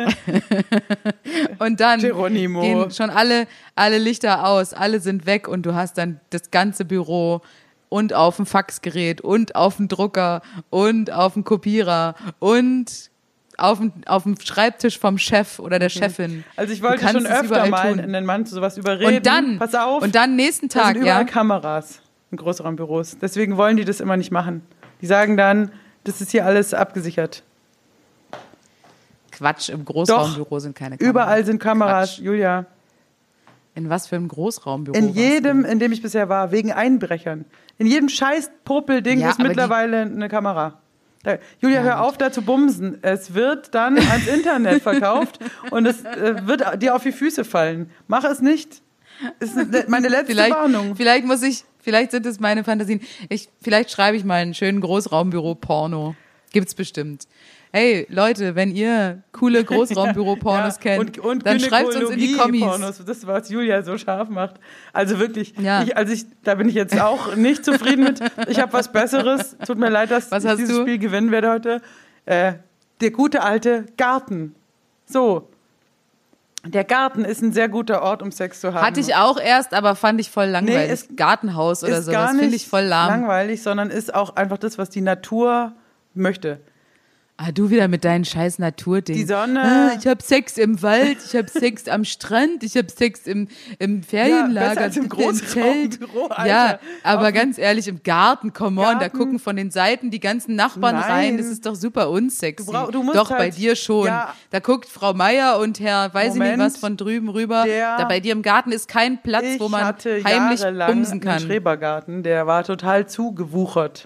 C: Und dann
D: Geronimo.
C: gehen schon alle, alle Lichter aus, alle sind weg und du hast dann das ganze Büro und auf dem Faxgerät und auf dem Drucker und auf dem Kopierer und auf dem, auf dem Schreibtisch vom Chef oder der Chefin.
D: Also ich
C: Du
D: wollte
C: kannst
D: schon
C: es
D: öfter
C: überall
D: mal
C: tun.
D: einen Mann zu sowas überreden.
C: Und dann,
D: Pass auf,
C: und dann nächsten
D: da
C: Tag,
D: sind überall
C: ja.
D: Kameras in Großraumbüros. Deswegen wollen die das immer nicht machen. Die sagen dann, das ist hier alles abgesichert.
C: Quatsch, im Großraumbüro sind keine Kameras.
D: Überall sind Kameras,
C: Quatsch.
D: Julia.
C: In was für einem Großraumbüro?
D: In
C: warst
D: jedem, in dem ich bisher war, wegen Einbrechern. In jedem scheiß Popelding
C: Ja,
D: ist
C: aber die-
D: mittlerweile eine Kamera. Da, Julia,
C: Ja,
D: hör
C: gut.
D: auf, da zu bumsen. Es wird dann ans Internet verkauft und es äh, wird dir auf die Füße fallen. Mach es nicht. Ist meine letzte
C: vielleicht,
D: Warnung.
C: vielleicht muss ich, vielleicht sind es meine Fantasien. Ich, vielleicht schreibe ich mal einen schönen Großraumbüro-Porno. Gibt's bestimmt. Hey, Leute, wenn ihr coole Großraumbüro-Pornos
D: Ja,
C: kennt,
D: und, und
C: dann schreibt uns in die Kommis.
D: Pornos. Das, was Julia so scharf macht. Also wirklich,
C: Ja.
D: ich, also ich, da bin ich jetzt auch nicht zufrieden mit. Ich habe was Besseres. Tut mir leid, dass
C: Was
D: ich
C: hast
D: dieses
C: du?
D: Spiel gewinnen werde heute. Äh, der gute alte Garten. So. Der Garten ist ein sehr guter Ort, um Sex zu haben.
C: Hatte ich auch erst, aber fand ich voll langweilig.
D: Nee, es
C: Gartenhaus oder
D: ist
C: sowas
D: gar
C: finde
D: nicht
C: ich voll lahm.
D: langweilig, sondern ist auch einfach das, was die Natur möchte.
C: Ah, du wieder mit deinen scheiß Naturdingen.
D: Die Sonne.
C: Ah, ich hab Sex im Wald, ich hab Sex am Strand, ich hab Sex im, im Ferienlager.
D: Ja, besser als im
C: Zelt.
D: Großraumbüro, Alter.
C: Ja, aber
D: Auf-
C: ganz ehrlich, im Garten, come on, da
D: Garten?
C: gucken von den Seiten die ganzen Nachbarn
D: Nein.
C: rein, das ist doch super unsexy.
D: Du brauch- du musst
C: doch, bei
D: halt-
C: dir schon.
D: ja.
C: Da guckt Frau Meier und Herr, weiß ich
D: Moment.
C: nicht was, von drüben rüber.
D: Der-
C: Da bei dir im Garten ist kein Platz,
D: Ich
C: wo man
D: hatte
C: heimlich
D: jahrelang
C: bumsen
D: einen
C: kann.
D: Schrebergarten, der war total zugewuchert.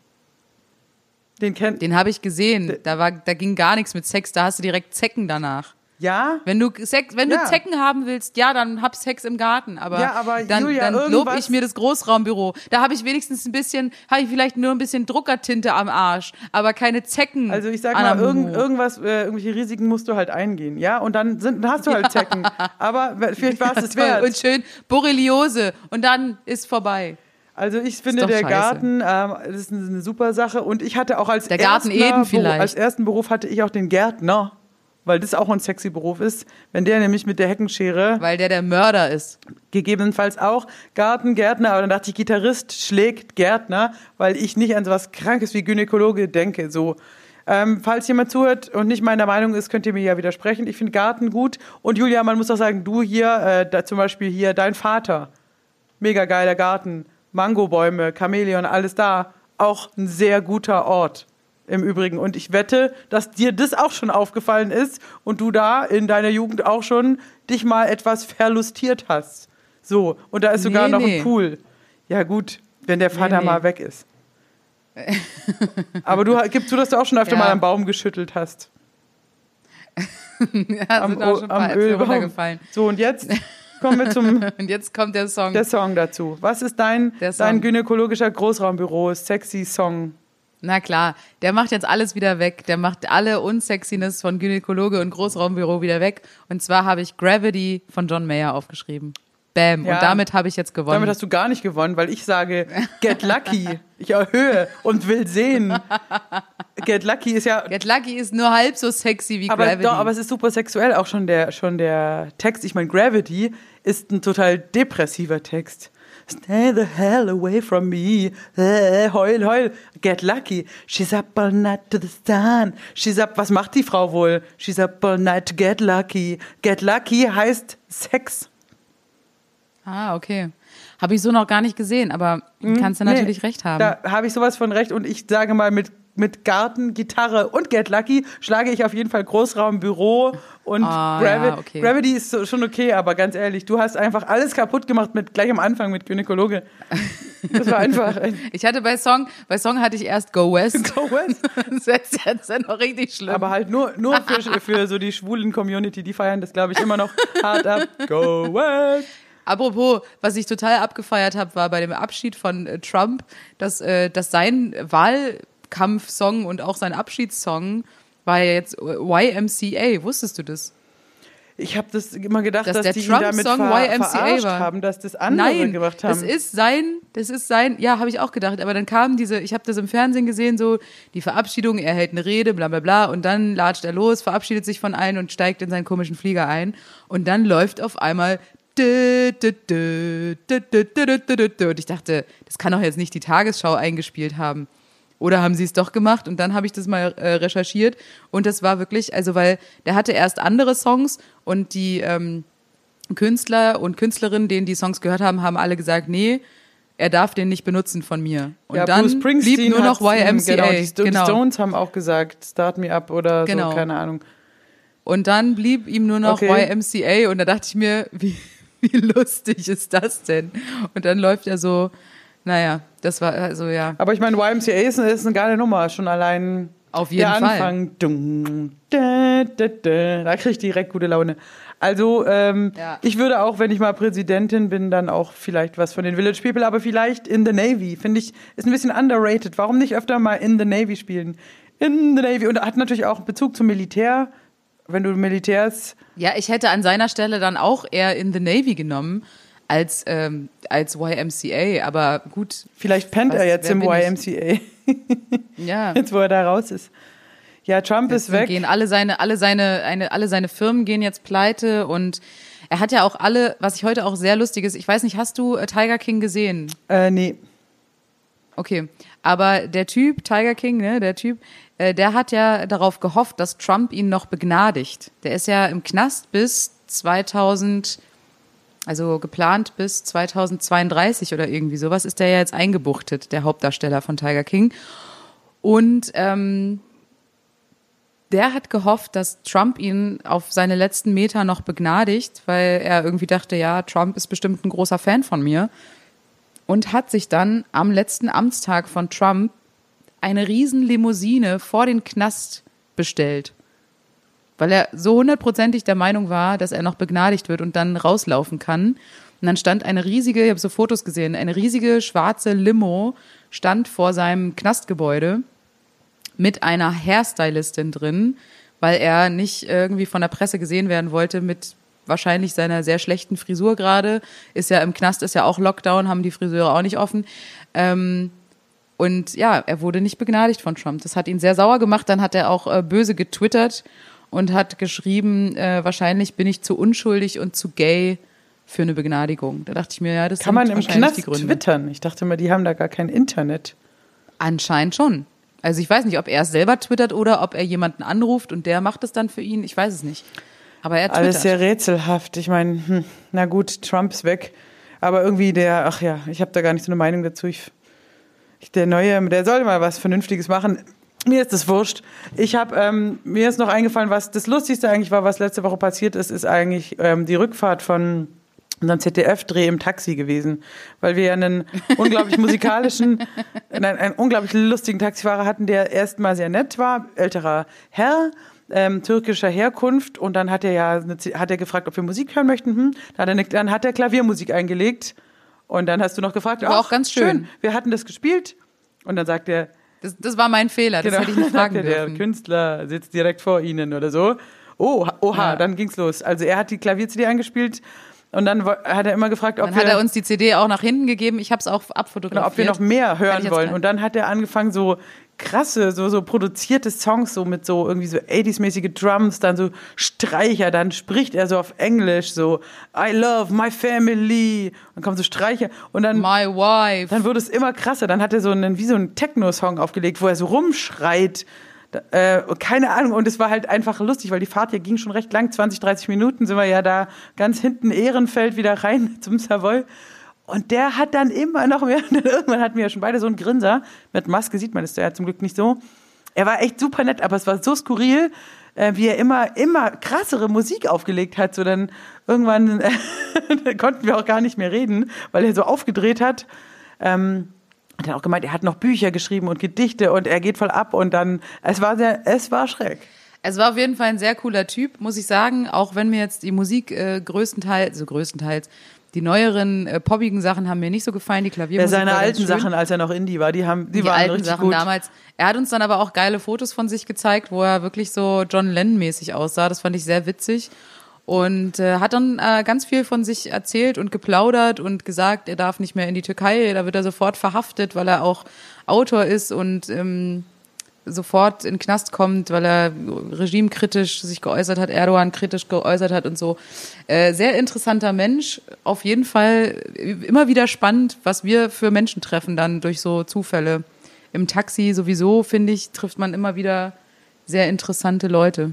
D: Den kennt
C: Den habe ich gesehen. Da, war, da ging gar nichts mit Sex, da hast du direkt Zecken danach.
D: ja?
C: Wenn du Sex, wenn
D: Ja.
C: du Zecken haben willst, ja, dann hab Sex im Garten. Aber,
D: Ja, aber
C: dann,
D: Julia,
C: dann lob
D: irgendwas-
C: ich mir das Großraumbüro. Da habe ich wenigstens ein bisschen, habe ich vielleicht nur ein bisschen Druckertinte am Arsch, aber keine Zecken.
D: Also ich sag
C: an
D: mal,
C: der
D: irgend,
C: Mumu.
D: irgendwas, äh, irgendwelche Risiken musst du halt eingehen, ja? Und dann, sind, dann hast du halt Zecken. Aber vielleicht war es es
C: Toll.
D: wert.
C: Und schön Borreliose und dann ist vorbei.
D: Also ich finde,
C: doch
D: der
C: scheiße.
D: Garten, ähm, das ist eine super Sache. Und ich hatte auch als,
C: Der Garten
D: erster
C: Eden
D: Beruf,
C: vielleicht.
D: als ersten Beruf hatte ich auch den Gärtner, weil das auch ein sexy Beruf ist. Wenn der nämlich mit der Heckenschere,
C: Weil der der Mörder ist.
D: gegebenenfalls auch Garten, Gärtner, aber dann dachte ich, Gitarrist schlägt Gärtner, weil ich nicht an so was Krankes wie Gynäkologe denke. So. Ähm, falls jemand zuhört und nicht meiner Meinung ist, könnt ihr mir ja widersprechen. Ich finde Garten gut. Und Julia, man muss auch sagen, du hier, äh, da zum Beispiel hier, dein Vater, mega geiler Garten, Mangobäume, Chamäleon, alles da. Auch ein sehr guter Ort im Übrigen. Und ich wette, dass dir das auch schon aufgefallen ist und du da in deiner Jugend auch schon dich mal etwas verlustiert hast. So, und da ist sogar
C: Nee,
D: noch
C: nee.
D: ein Pool. Ja gut, wenn der Vater
C: nee.
D: mal weg ist. Aber du gibst du, dass du auch schon öfter
C: Ja.
D: mal am Baum geschüttelt hast.
C: Ja,
D: Am,
C: sind auch schon ein paar
D: am
C: Äpfel
D: Ölbaum.
C: runtergefallen.
D: So, und jetzt kommen wir zum
C: Und jetzt kommt der Song.
D: der Song dazu. Was ist dein,
C: Der Song.
D: dein gynäkologischer Großraumbüro sexy Song?
C: Na klar, der macht jetzt alles wieder weg. Der macht alle Unsexiness von Gynäkologe und Großraumbüro wieder weg. Und zwar habe ich Gravity von John Mayer aufgeschrieben. Bam.
D: Ja.
C: Und damit habe ich jetzt gewonnen.
D: Damit hast du gar nicht gewonnen, weil ich sage, get lucky. Ich erhöhe und will sehen. Get lucky ist ja...
C: Get Lucky ist nur halb so sexy wie
D: Aber,
C: Gravity.
D: doch, aber es ist super sexuell, auch schon der, schon der Text. Ich meine, Gravity ist ein total depressiver Text. Stay the hell away from me. Äh, heul, heul. Get lucky. She's up all night to the sun. She's up, was macht die Frau wohl? She's up all night to get lucky. Get lucky heißt Sex.
C: ah, okay. Habe ich so noch gar nicht gesehen, aber kannst du
D: Nee,
C: natürlich recht haben.
D: Da habe ich sowas von recht und ich sage mal, mit, mit Garten, Gitarre und Get Lucky schlage ich auf jeden Fall Großraumbüro und
C: Ah,
D: Gravi-
C: ja, okay.
D: Gravity ist so, schon okay, aber ganz ehrlich, du hast einfach alles kaputt gemacht mit gleich am Anfang mit Gynäkologe. Das war einfach ein
C: Ich hatte bei Song, bei Song hatte ich erst Go West.
D: Go West.
C: Das ist jetzt ja noch richtig schlimm.
D: Aber halt nur, nur für, für so die schwulen Community, die feiern das, glaube ich, immer noch hart ab. Go West.
C: Apropos, was ich total abgefeiert habe, war bei dem Abschied von äh, Trump, dass, äh, dass sein Wahlkampfsong und auch sein Abschiedssong war ja jetzt Y M C A. Wusstest du das?
D: Ich habe das immer gedacht,
C: Dass
D: dass,
C: der
D: die ihn damit
C: Trump-Song
D: ver
C: Y M C A
D: verarscht
C: war.
D: haben, dass das andere
C: Nein,
D: gemacht haben.
C: das ist sein, das ist sein, ja, habe ich auch gedacht, aber dann kam diese, ich habe das im Fernsehen gesehen, so die Verabschiedung, er hält eine Rede, bla bla bla, und dann latscht er los, verabschiedet sich von allen und steigt in seinen komischen Flieger ein und dann läuft auf einmal dü, dü, dü, dü, dü, dü, dü, dü, dü. Und ich dachte, das kann doch jetzt nicht die Tagesschau eingespielt haben. Oder haben sie es doch gemacht? Und dann habe ich das mal äh, recherchiert. Und das war wirklich, also weil der hatte erst andere Songs und die ähm, Künstler und Künstlerinnen, denen die Songs gehört haben, haben alle gesagt, nee, er darf den nicht benutzen von mir. Und
D: ja,
C: dann
D: Bruce Springsteen
C: blieb nur noch
D: hat's,
C: Y M C A.
D: Genau, die Sto-
C: Genau.
D: Stones haben auch gesagt, Start Me Up oder
C: Genau.
D: so, keine Ahnung.
C: Und dann blieb ihm nur noch
D: Okay.
C: Y M C A. Und da dachte ich mir, wie, wie lustig ist das denn? Und dann läuft er so, naja, das war also ja.
D: Aber ich meine, Y M C A ist, ist eine geile Nummer, schon allein
C: Auf jeden
D: der
C: Fall.
D: Anfang. Dung, da, da, da, da kriege ich direkt gute Laune. Also ähm,
C: Ja.
D: ich würde auch, wenn ich mal Präsidentin bin, dann auch vielleicht was von den Village People, aber vielleicht in the Navy, finde ich, ist ein bisschen underrated. Warum nicht öfter mal in the Navy spielen? in the Navy. Und hat natürlich auch Bezug zum Militär. Wenn du Militärs...
C: Ja, ich hätte an seiner Stelle dann auch eher in the Navy genommen als, ähm, als Y M C A, aber gut.
D: Vielleicht pennt
C: was,
D: er jetzt im
C: wer bin
D: Y M C A.
C: Ja.
D: Jetzt, wo er da raus ist. Ja, Trump
C: Jetzt
D: ist weg.
C: Gehen alle seine, alle seine, eine, alle seine Firmen gehen jetzt pleite und er hat ja auch alle, was ich heute auch sehr lustig ist, ich weiß nicht, hast du äh, Tiger King gesehen?
D: Äh, nee.
C: Okay, aber der Typ, Tiger King, ne, der Typ, äh, der hat ja darauf gehofft, dass Trump ihn noch begnadigt. Der ist ja im Knast bis zweitausend, also geplant bis zweitausendzweiunddreißig oder irgendwie sowas, ist der ja jetzt eingebuchtet, der Hauptdarsteller von Tiger King. Und ähm, der hat gehofft, dass Trump ihn auf seine letzten Meter noch begnadigt, weil er irgendwie dachte, ja, Trump ist bestimmt ein großer Fan von mir. Und hat sich dann am letzten Amtstag von Trump eine riesen Limousine vor den Knast bestellt. Weil er so hundertprozentig der Meinung war, dass er noch begnadigt wird und dann rauslaufen kann. Und dann stand eine riesige, ich habe so Fotos gesehen, eine riesige schwarze Limo stand vor seinem Knastgebäude mit einer Hairstylistin drin, weil er nicht irgendwie von der Presse gesehen werden wollte mit wahrscheinlich seiner sehr schlechten Frisur gerade. Ist ja im Knast, ist ja auch Lockdown, haben die Friseure auch nicht offen. Ähm, und ja, er wurde nicht begnadigt von Trump. Das hat ihn sehr sauer gemacht. Dann hat er auch äh, böse getwittert und hat geschrieben, äh, wahrscheinlich bin ich zu unschuldig und zu gay für eine Begnadigung. Da dachte ich mir, ja, das
D: Kann man
C: sind
D: im
C: wahrscheinlich
D: Knast
C: die Gründe.
D: twittern? Ich dachte mal, die haben da gar kein Internet.
C: Anscheinend schon. Also ich weiß nicht, ob er es selber twittert oder ob er jemanden anruft und der macht es dann für ihn. Ich weiß es nicht. Aber er twittert.
D: Alles sehr rätselhaft. Ich meine, hm, na gut, Trump ist weg. Aber irgendwie der, ach ja, ich habe da gar nicht so eine Meinung dazu. Ich, ich, der Neue, der sollte mal was Vernünftiges machen. Mir ist das wurscht. Ich habe, ähm, mir ist noch eingefallen, was das Lustigste eigentlich war, was letzte Woche passiert ist, ist eigentlich ähm, die Rückfahrt von unserem Z D F-Dreh im Taxi gewesen, weil wir ja einen unglaublich musikalischen, nein, einen unglaublich lustigen Taxifahrer hatten, der erstmal sehr nett war, älterer Herr, ähm, türkischer Herkunft, und dann hat er ja eine, hat er gefragt, ob wir Musik hören möchten. Hm. Dann, hat er eine, dann hat er Klaviermusik eingelegt und dann hast du noch gefragt,
C: war auch ganz schön.
D: Wir hatten das gespielt und dann sagt er,
C: Das, das war mein Fehler, das
D: genau,
C: hätte ich nicht fragen
D: der
C: dürfen.
D: Künstler sitzt direkt vor Ihnen oder so. Oh, oha,
C: Ja.
D: dann ging's los. Also er hat die Klavier-C D eingespielt und dann wo- hat er immer gefragt, ob
C: Dann
D: wir,
C: hat er uns die C D auch nach hinten gegeben. Ich habe es auch abfotografiert.
D: genau, ob wir noch mehr
C: Kann ich
D: hören
C: jetzt
D: wollen.
C: gleich-
D: Und dann hat er angefangen, so krasse, so, so produzierte Songs, so mit so irgendwie so achtziger-mäßige Drums, dann so Streicher, dann spricht er so auf Englisch, so I love my family. Dann kommen so Streicher und dann
C: My wife.
D: Dann wurde es immer krasser. Dann hat er so einen, wie so einen Techno-Song aufgelegt, wo er so rumschreit. Da, äh, keine Ahnung. Und es war halt einfach lustig, weil die Fahrt hier ging schon recht lang. zwanzig, dreißig Minuten sind wir ja da ganz hinten Ehrenfeld wieder rein zum Savoy. Und der hat dann immer noch mehr, und dann irgendwann hatten wir ja schon beide so einen Grinser. Mit Maske sieht man das ja zum Glück nicht so. Er war echt super nett, aber es war so skurril, äh, wie er immer, immer krassere Musik aufgelegt hat. So dann irgendwann äh, konnten wir auch gar nicht mehr reden, weil er so aufgedreht hat. Ähm, hat dann auch gemeint, er hat noch Bücher geschrieben und Gedichte und er geht voll ab und dann, es war sehr, es war schräg.
C: Es war auf jeden Fall ein sehr cooler Typ, muss ich sagen, auch wenn mir jetzt die Musik äh, größtenteils, also größtenteils, die neueren äh, poppigen Sachen haben mir nicht so gefallen, die
D: Ja,
C: Klaviermusik
D: seine
C: war ganz
D: alten
C: schön.
D: Sachen, als er noch Indie war, die haben, die,
C: Die
D: waren
C: alten
D: richtig
C: Sachen
D: gut.
C: damals. Er hat uns dann aber auch geile Fotos von sich gezeigt, wo er wirklich so John Lennon-mäßig aussah. Das fand ich sehr witzig. Und äh, hat dann äh, ganz viel von sich erzählt und geplaudert und gesagt, er darf nicht mehr in die Türkei, da wird er sofort verhaftet, weil er auch Autor ist und ähm, sofort in den Knast kommt, weil er regimekritisch sich geäußert hat, Erdogan kritisch geäußert hat und so. Äh, sehr interessanter Mensch, auf jeden Fall immer wieder spannend, was wir für Menschen treffen dann durch so Zufälle. Im Taxi sowieso, finde ich, trifft man immer wieder sehr interessante Leute.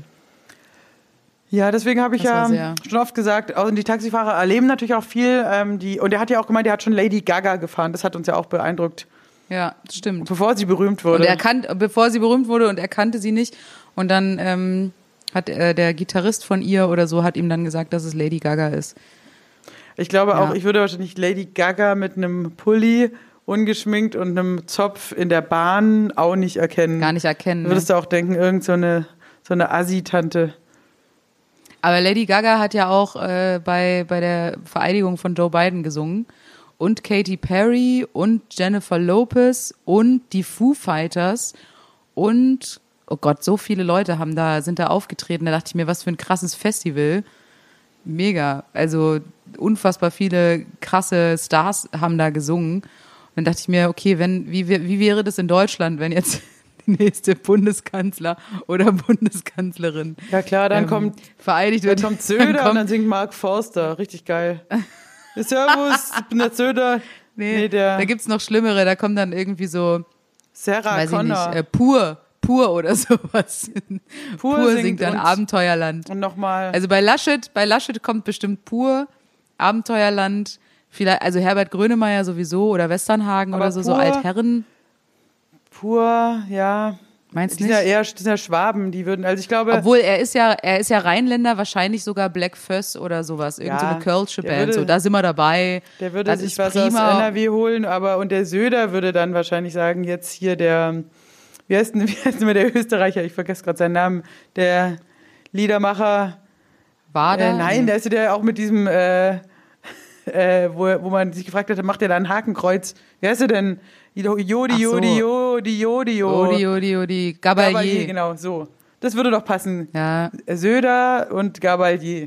D: Ja, deswegen habe ich
C: Das war
D: ja
C: sehr-
D: schon oft gesagt, auch die Taxifahrer erleben natürlich auch viel. Ähm, die, und er hat ja auch gemeint, er hat schon Lady Gaga gefahren. Das hat uns ja auch beeindruckt,
C: Ja, das stimmt.
D: bevor sie berühmt
C: Und
D: wurde.
C: er kannt, bevor sie berühmt wurde und er kannte sie nicht. Und dann ähm, hat äh, der Gitarrist von ihr oder so hat ihm dann gesagt, dass es Lady Gaga ist.
D: Ich glaube
C: Ja.
D: auch, ich würde wahrscheinlich Lady Gaga mit einem Pulli, ungeschminkt und einem Zopf in der Bahn auch nicht erkennen.
C: Gar nicht erkennen. Ne?
D: Würdest du auch denken, irgend so eine, so eine Assi-Tante.
C: Aber Lady Gaga hat ja auch äh, bei, bei der Vereidigung von Joe Biden gesungen. Und Katy Perry und Jennifer Lopez und die Foo Fighters und oh Gott, so viele Leute haben da, sind da aufgetreten. Da dachte ich mir, was für ein krasses Festival. Mega. Also unfassbar viele krasse Stars haben da gesungen. Und dann dachte ich mir, okay, wenn, wie, wie wäre das in Deutschland, wenn jetzt die nächste Bundeskanzler oder Bundeskanzlerin
D: Ja klar, dann
C: ähm,
D: kommt,
C: vereidigt
D: dann
C: wird.
D: kommt Söder
C: Dann kommt-
D: und dann singt Mark Forster. Richtig geil. Servus, ich bin der Söder.
C: Nee,
D: Nee, der
C: da gibt's noch Schlimmere. Da kommt dann irgendwie so,
D: Sarah
C: weiß ich
D: Connor.
C: nicht, äh, Pur, Pur oder sowas.
D: Pur
C: Pur,
D: singt
C: singt dann
D: und-
C: Abenteuerland.
D: Und nochmal.
C: Also bei Laschet, bei Laschet kommt bestimmt Pur, Abenteuerland, vielleicht, also Herbert Grönemeyer sowieso oder Westernhagen
D: Aber
C: oder so, so
D: Pur-
C: Altherren.
D: Pur, ja.
C: Meinst
D: Die
C: du
D: sind ja
C: nicht?
D: eher, das sind ja Schwaben, die würden, also ich glaube.
C: Obwohl er ist ja, er ist ja Rheinländer, wahrscheinlich sogar Black Fuss oder sowas, irgend so
D: Ja,
C: eine Kölsche
D: der
C: Band.
D: würde-
C: So, da sind wir dabei.
D: Der würde
C: das
D: sich
C: ist
D: was aus
C: prima.
D: N R W holen, aber und der Söder würde dann wahrscheinlich sagen, jetzt hier der, wie heißt denn, wie heißt denn der Österreicher, ich vergesse gerade seinen Namen, der Liedermacher,
C: War
D: äh,
C: da?
D: nein, der ist ja der auch mit diesem, äh, äh, wo, wo man sich gefragt hat, macht der da ein Hakenkreuz? Wie heißt er denn? Jodi, Jodi,
C: Ach so.
D: Jodi, Jodi, Jodi,
C: Odi, Odi, Odi, Gabalier.
D: Gabalier, genau, so. Das würde doch passen.
C: Ja,
D: Söder und Gabalier.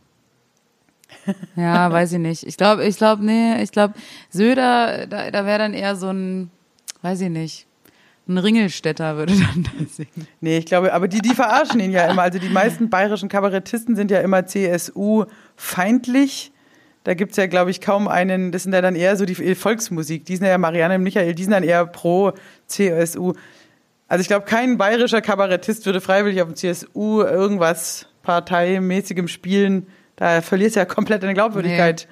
C: ja, weiß ich nicht. Ich glaube, ich glaube, nee, ich glaube, Söder, da, da wäre dann eher so ein, weiß ich nicht, ein Ringelstädter würde dann da singen.
D: Nee, ich glaube, aber die, die verarschen ihn ja immer. Also die meisten bayerischen Kabarettisten sind ja immer C S U-feindlich. Da gibt's ja, glaube ich, kaum einen, das sind ja dann eher so die Volksmusik. Die sind ja Marianne und Michael, die sind dann eher pro C S U. Also ich glaube, kein bayerischer Kabarettist würde freiwillig auf dem C S U irgendwas parteimäßigem spielen. Da verlierst du ja komplett deine Glaubwürdigkeit.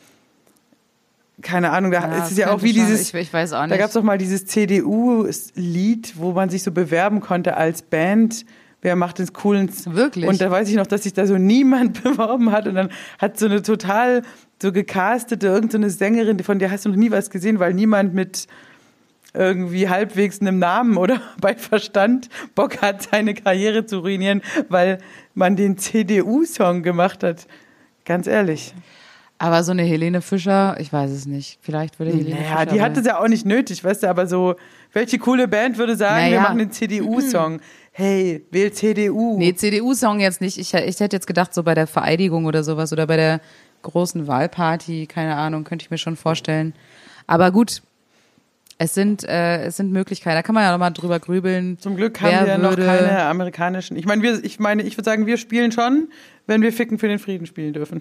D: Keine Ahnung, da ist es ja auch wie
C: könnte schon-
D: dieses...
C: Ich, ich weiß auch
D: Da
C: nicht.
D: gab es doch mal dieses C D U-Lied, wo man sich so bewerben konnte als Band. Wer macht den coolen...
C: Wirklich?
D: Und da weiß ich noch, dass sich da so niemand beworben hat. Und dann hat so eine total so gecastete, irgendeine so Sängerin, von der hast du noch nie was gesehen, weil niemand mit irgendwie halbwegs einem Namen oder bei Verstand Bock hat, seine Karriere zu ruinieren, weil man den C D U-Song gemacht hat. Ganz ehrlich.
C: Aber so eine Helene Fischer, ich weiß es nicht. Vielleicht würde Helene
D: Naja,
C: Fischer...
D: die hat es ja auch nicht nötig, weißt du, aber so, welche coole Band würde sagen,
C: Naja.
D: wir machen den C D U-Song. Hey, wähl C D U.
C: Nee, C D U-Song jetzt nicht. Ich, ich hätte jetzt gedacht, so bei der Vereidigung oder sowas oder bei der großen Wahlparty, keine Ahnung, könnte ich mir schon vorstellen. Aber gut, es sind, äh, es sind Möglichkeiten. Da kann man ja noch mal drüber grübeln.
D: Zum Glück haben
C: wer
D: wir ja noch
C: würde-
D: keine amerikanischen. Ich meine, wir, ich meine, ich würde sagen, wir spielen schon, wenn wir Ficken für den Frieden spielen dürfen.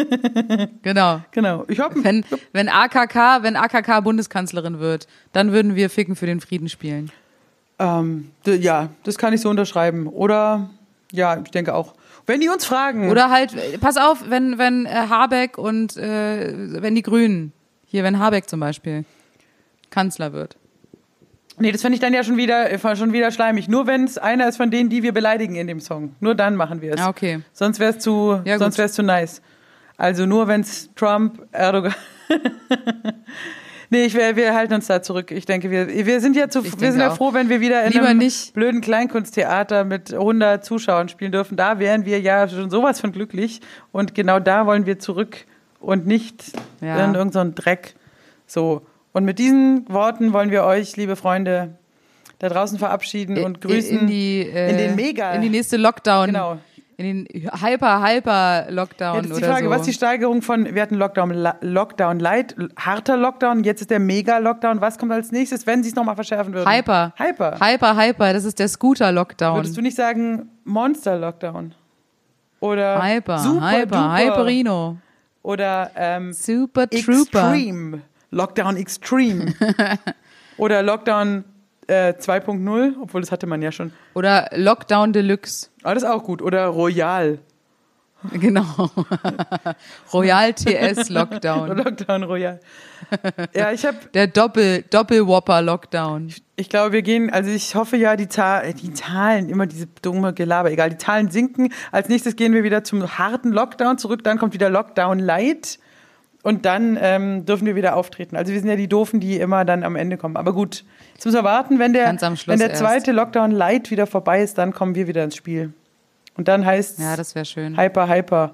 C: Genau.
D: Genau. Ich hoffe,
C: Wenn, wenn A K K, wenn A K K Bundeskanzlerin wird, dann würden wir Ficken für den Frieden spielen.
D: ähm, d- ja, das kann ich so unterschreiben. Oder, ja, ich denke auch. Wenn die uns fragen.
C: Oder halt, pass auf, wenn, wenn äh, Habeck und äh, wenn die Grünen, hier, wenn Habeck zum Beispiel Kanzler wird.
D: Nee, das fände ich dann ja schon wieder, äh, schon wieder schleimig. Nur wenn es einer ist von denen, die wir beleidigen in dem Song. Nur dann machen wir es.
C: Ah, okay.
D: Sonst wäre es zu,
C: Ja, gut.
D: sonst wär's zu nice. Also nur wenn es Trump, Erdogan. Nee, ich, wir, wir halten uns da zurück. Ich denke, wir, wir sind ja zu,
C: Ich
D: wir
C: denke
D: sind ja
C: auch.
D: froh, wenn wir wieder in
C: Lieber
D: einem
C: nicht.
D: blöden Kleinkunsttheater mit hundert Zuschauern spielen dürfen. Da wären wir ja schon sowas von glücklich. Und genau da wollen wir zurück und nicht
C: Ja.
D: in irgendeinen so einen Dreck. So. Und mit diesen Worten wollen wir euch, liebe Freunde, da draußen verabschieden und grüßen.
C: In die, äh,
D: in den Mega-
C: In die nächste Lockdown.
D: Genau.
C: In den Hyper-Hyper-Lockdown
D: Ja, das ist die
C: oder
D: Frage,
C: so.
D: was ist die Steigerung von, wir hatten Lockdown, La- Lockdown Light, harter Lockdown, jetzt ist der Mega-Lockdown. Was kommt als nächstes, wenn sie es nochmal verschärfen würden?
C: Hyper.
D: Hyper.
C: Hyper, Hyper, das ist der Scooter-Lockdown.
D: Würdest du nicht sagen Monster-Lockdown? Oder
C: Hyper,
D: Super
C: Hyper,
D: Duper?
C: Hyperino.
D: Oder ähm,
C: Super Trooper.
D: Extreme. Lockdown Extreme. Oder Lockdown äh, zwei Punkt null, obwohl das hatte man ja schon.
C: Oder Lockdown Deluxe.
D: Aber das ist auch gut. Oder Royal.
C: Genau. Royal T S Lockdown.
D: Lockdown Royal. Ja, ich habe
C: Der Doppel, Doppel-Whopper Lockdown.
D: Ich glaube, wir gehen, also ich hoffe ja, die, Zahl, die Zahlen, immer diese dumme Gelaber, egal, die Zahlen sinken. Als nächstes gehen wir wieder zum harten Lockdown zurück, dann kommt wieder Lockdown Light und dann ähm, dürfen wir wieder auftreten. Also wir sind ja die Doofen, die immer dann am Ende kommen. Aber gut, jetzt müssen wir warten, wenn der,
C: Ganz am Schluss
D: wenn der
C: erst.
D: zweite Lockdown Light wieder vorbei ist, dann kommen wir wieder ins Spiel. Und dann heißt es
C: Ja, das wäre schön.
D: Hyper, Hyper.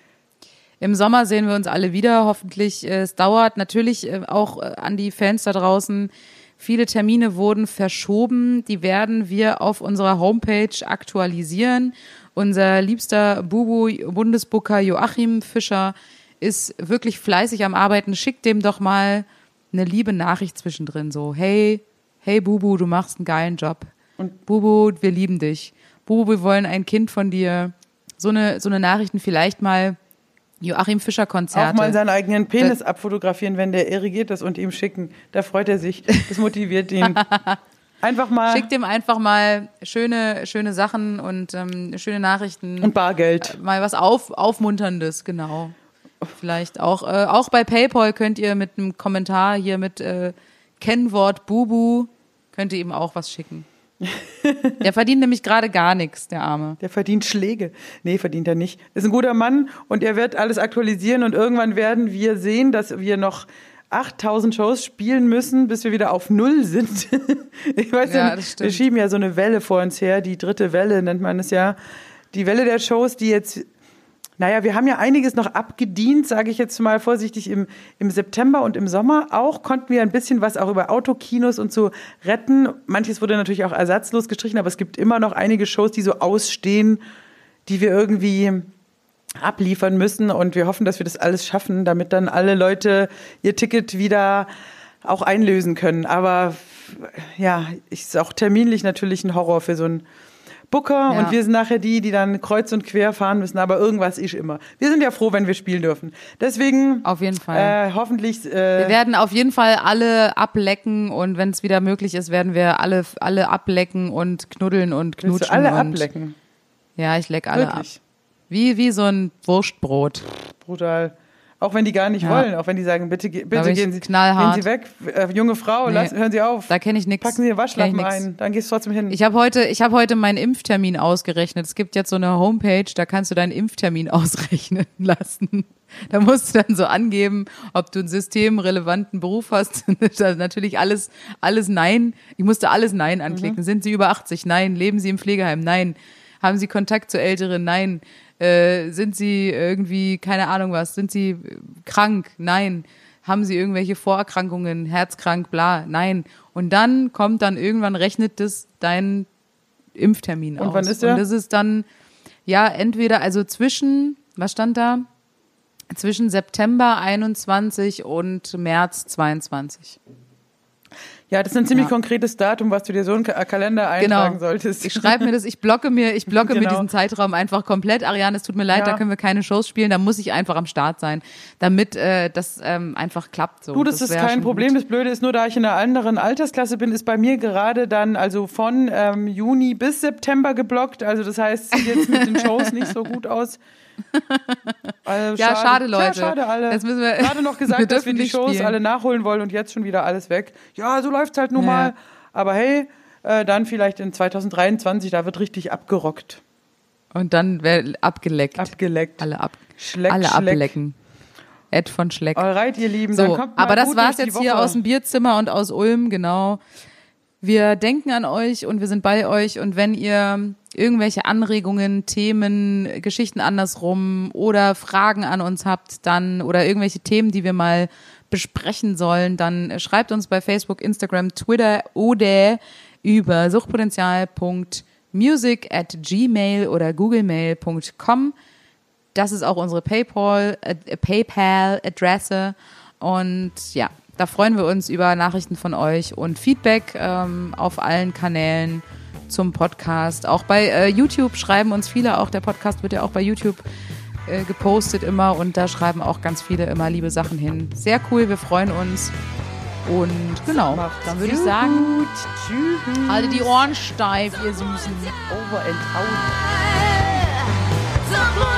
C: Im Sommer sehen wir uns alle wieder, hoffentlich. äh, Es dauert natürlich äh, auch äh, an die Fans da draußen. Viele Termine wurden verschoben. Die werden wir auf unserer Homepage aktualisieren. Unser liebster Bubu-Bundesbooker Joachim Fischer ist wirklich fleißig am Arbeiten. Schickt dem doch mal eine liebe Nachricht zwischendrin. So, hey, hey Bubu, du machst einen geilen Job. Und Bubu, wir lieben dich. Bubu, wir wollen ein Kind von dir. So eine, so eine Nachrichten vielleicht mal Joachim Fischer Konzerte.
D: Auch mal seinen eigenen Penis das abfotografieren, wenn der irrigiert ist und ihm schicken. Da freut er sich. Das motiviert ihn. Einfach mal.
C: Schickt ihm einfach mal schöne, schöne Sachen und ähm, schöne Nachrichten.
D: Und Bargeld.
C: Äh, mal was auf, Aufmunterndes, genau. Vielleicht auch, äh, auch bei PayPal könnt ihr mit einem Kommentar hier mit äh, Kennwort Bubu, könnt ihr ihm auch was schicken. Der verdient nämlich gerade gar nichts, der Arme.
D: Der verdient Schläge. Nee, verdient er nicht. Ist ein guter Mann und er wird alles aktualisieren und irgendwann werden wir sehen, dass wir noch achttausend Shows spielen müssen, bis wir wieder auf Null sind. Ich weiß
C: ja,
D: ja,
C: das stimmt.
D: Wir schieben ja so eine Welle vor uns her, die dritte Welle nennt man es ja. Die Welle der Shows, die jetzt, naja, wir haben ja einiges noch abgedient, sage ich jetzt mal vorsichtig, im, im September und im Sommer auch konnten wir ein bisschen was auch über Autokinos und so retten. Manches wurde natürlich auch ersatzlos gestrichen, aber es gibt immer noch einige Shows, die so ausstehen, die wir irgendwie abliefern müssen und wir hoffen, dass wir das alles schaffen, damit dann alle Leute ihr Ticket wieder auch einlösen können. Aber ja, ist auch terminlich natürlich ein Horror für so einen Booker
C: ja.
D: Und wir sind nachher die, die dann kreuz und quer fahren müssen, aber irgendwas ist immer. Wir sind ja froh, wenn wir spielen dürfen. Deswegen
C: auf jeden Fall.
D: Äh, hoffentlich. Äh,
C: wir werden auf jeden Fall alle ablecken und wenn es wieder möglich ist, werden wir alle alle ablecken und knuddeln und knutschen.
D: Willst du alle
C: und,
D: ablecken?
C: Ja, ich leck alle
D: Wirklich?
C: ab. Wie wie so ein Wurstbrot.
D: Brutal. Auch wenn die gar nicht
C: Ja.
D: wollen, auch wenn die sagen, bitte, bitte
C: Da bin ich
D: gehen Sie,
C: knallhart.
D: gehen Sie weg, äh, junge Frau,
C: Nee.
D: lass, hören Sie auf.
C: Da kenne ich nichts.
D: Packen Sie den Waschlappen ein, dann gehst du trotzdem hin.
C: Ich habe heute, ich habe heute meinen Impftermin ausgerechnet. Es gibt jetzt so eine Homepage, da kannst du deinen Impftermin ausrechnen lassen. Da musst du dann so angeben, ob du einen systemrelevanten Beruf hast. Das natürlich alles, alles Nein. Ich musste alles Nein anklicken.
D: Mhm.
C: Sind Sie über achtzig? Nein. Leben Sie im Pflegeheim? Nein. Haben Sie Kontakt zu Älteren? Nein. Äh, sind Sie irgendwie, keine Ahnung was, sind Sie krank? Nein. Haben Sie irgendwelche Vorerkrankungen, herzkrank, bla? Nein. Und dann kommt dann irgendwann, rechnet das deinen Impftermin aus.
D: Und wann ist der?
C: Und das ist dann, ja, entweder, also zwischen, was stand da? Zwischen September einundzwanzig und März zweiundzwanzig.
D: Ja, das ist ein ziemlich
C: Ja.
D: konkretes Datum, was du dir so einen Ka- Kalender eintragen
C: Genau.
D: solltest.
C: Ich schreibe mir das, ich blocke mir, ich blocke mir
D: Genau.
C: diesen Zeitraum einfach komplett. Ariane, es tut mir leid,
D: Ja.
C: da können wir keine Shows spielen, da muss ich einfach am Start sein, damit äh, das ähm, einfach klappt. So.
D: Du, das, ist
C: wär
D: kein
C: schon
D: Problem.
C: gut.
D: Das Blöde ist nur, da ich in einer anderen Altersklasse bin, ist bei mir gerade dann also von ähm, Juni bis September geblockt. Also das heißt, sieht jetzt mit den Shows nicht so gut aus. Also
C: Ja, schade, Leute.
D: Ja, schade, alle.
C: Jetzt müssen wir-
D: gerade noch
C: wir
D: gesagt, dass wir
C: dürfen
D: die
C: nicht
D: Shows
C: spielen.
D: alle nachholen wollen und jetzt schon wieder alles weg. Ja, so läuft's halt nun
C: Ja.
D: mal. Aber hey, äh, dann vielleicht in zwanzig dreiundzwanzig, da wird richtig abgerockt.
C: Und dann wär abgeleckt.
D: Abgeleckt.
C: alle ab,
D: Schleck,
C: alle
D: Schleck.
C: ablecken. Ed von Schleck.
D: Alright, ihr Lieben, dann
C: So,
D: kommt mal
C: aber das
D: gut
C: war's
D: durch die
C: jetzt hier
D: Woche.
C: aus dem Bierzimmer und aus Ulm, genau. Wir denken an euch und wir sind bei euch und wenn ihr irgendwelche Anregungen, Themen, Geschichten andersrum oder Fragen an uns habt, dann oder irgendwelche Themen, die wir mal besprechen sollen, dann schreibt uns bei Facebook, Instagram, Twitter oder über suchtpotenzial punkt music at gmail oder googlemail punkt com. Das ist auch unsere PayPal, äh, PayPal-Adresse und ja, da freuen wir uns über Nachrichten von euch und Feedback ähm, auf allen Kanälen zum Podcast. Auch bei äh, YouTube schreiben uns viele, auch der Podcast wird ja auch bei YouTube äh, gepostet immer und da schreiben auch ganz viele immer liebe Sachen hin. Sehr cool, wir freuen uns und genau,
D: Macht's
C: dann würde ich
D: gut.
C: sagen,
D: Tschüss.
C: haltet die Ohren steif, ihr Süßen.
D: Over and out.
B: Suchtpotenzial.